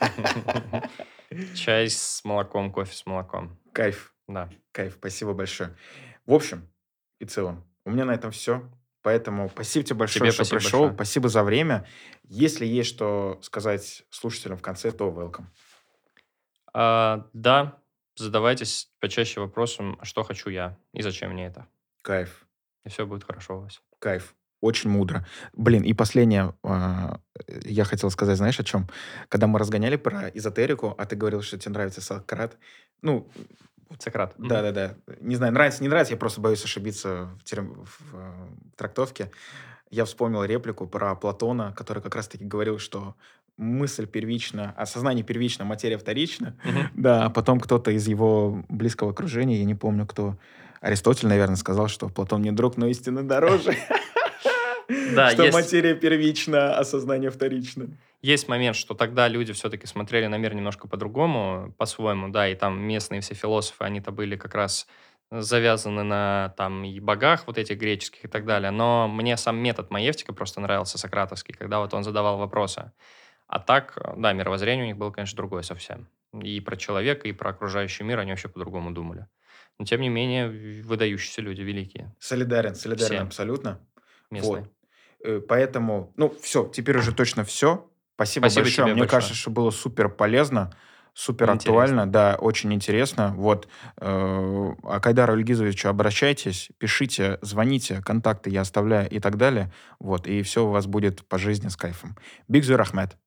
Чай с молоком, кофе с молоком. Кайф, Да. кайф, спасибо большое. В общем и целом, у меня на этом все. Поэтому спасибо тебе большое, Тебе что спасибо пришел. большое. Спасибо за время. Если есть что сказать слушателям в конце, то welcome. А, да, задавайтесь почаще вопросом, а что хочу я и зачем мне это. Кайф, И все будет хорошо у вас. кайф. Очень мудро. Блин, и последнее, а, э, я хотел сказать, знаешь, о чем? Когда мы разгоняли про эзотерику, а ты говорил, что тебе нравится Сократ. Ну, Сократ. Мгм. да-да-да. Не знаю, нравится, не нравится, я просто боюсь ошибиться в, терм- в, э, трактовке. Я вспомнил реплику про Платона, который как раз-таки говорил, что мысль первична, а сознание первично, материя вторична. Мгм. Да, а потом кто-то из его близкого окружения, я не помню кто, Аристотель, наверное, сказал, что Платон не друг, но истина дороже. Да, Что есть, материя первична, а сознание вторично. есть момент, что тогда люди все-таки смотрели на мир немножко по-другому, по-своему, да, и там местные все философы, они-то были как раз завязаны на там и богах вот этих греческих и так далее. Но мне сам метод маевтика просто нравился сократовский, когда вот он задавал вопросы. А так, э, да, мировоззрение у них было, конечно, другое совсем. И про человека, и про окружающий мир они вообще по-другому думали. Но, тем не менее, в- выдающиеся люди, великие, Солидарен, солидарен все абсолютно. местные. Вот. Э, Поэтому, ну, все, теперь уже точно все. Спасибо Спасибо большое. тебе Мне кажется, большое. что было супер полезно, супер Интересно. актуально, да, очень интересно. Вот, э, а к Айдару Ильгизовичу обращайтесь, пишите, звоните, контакты я оставляю и так далее. Вот, и все у вас будет по жизни с кайфом. Биг Зур Ахмед.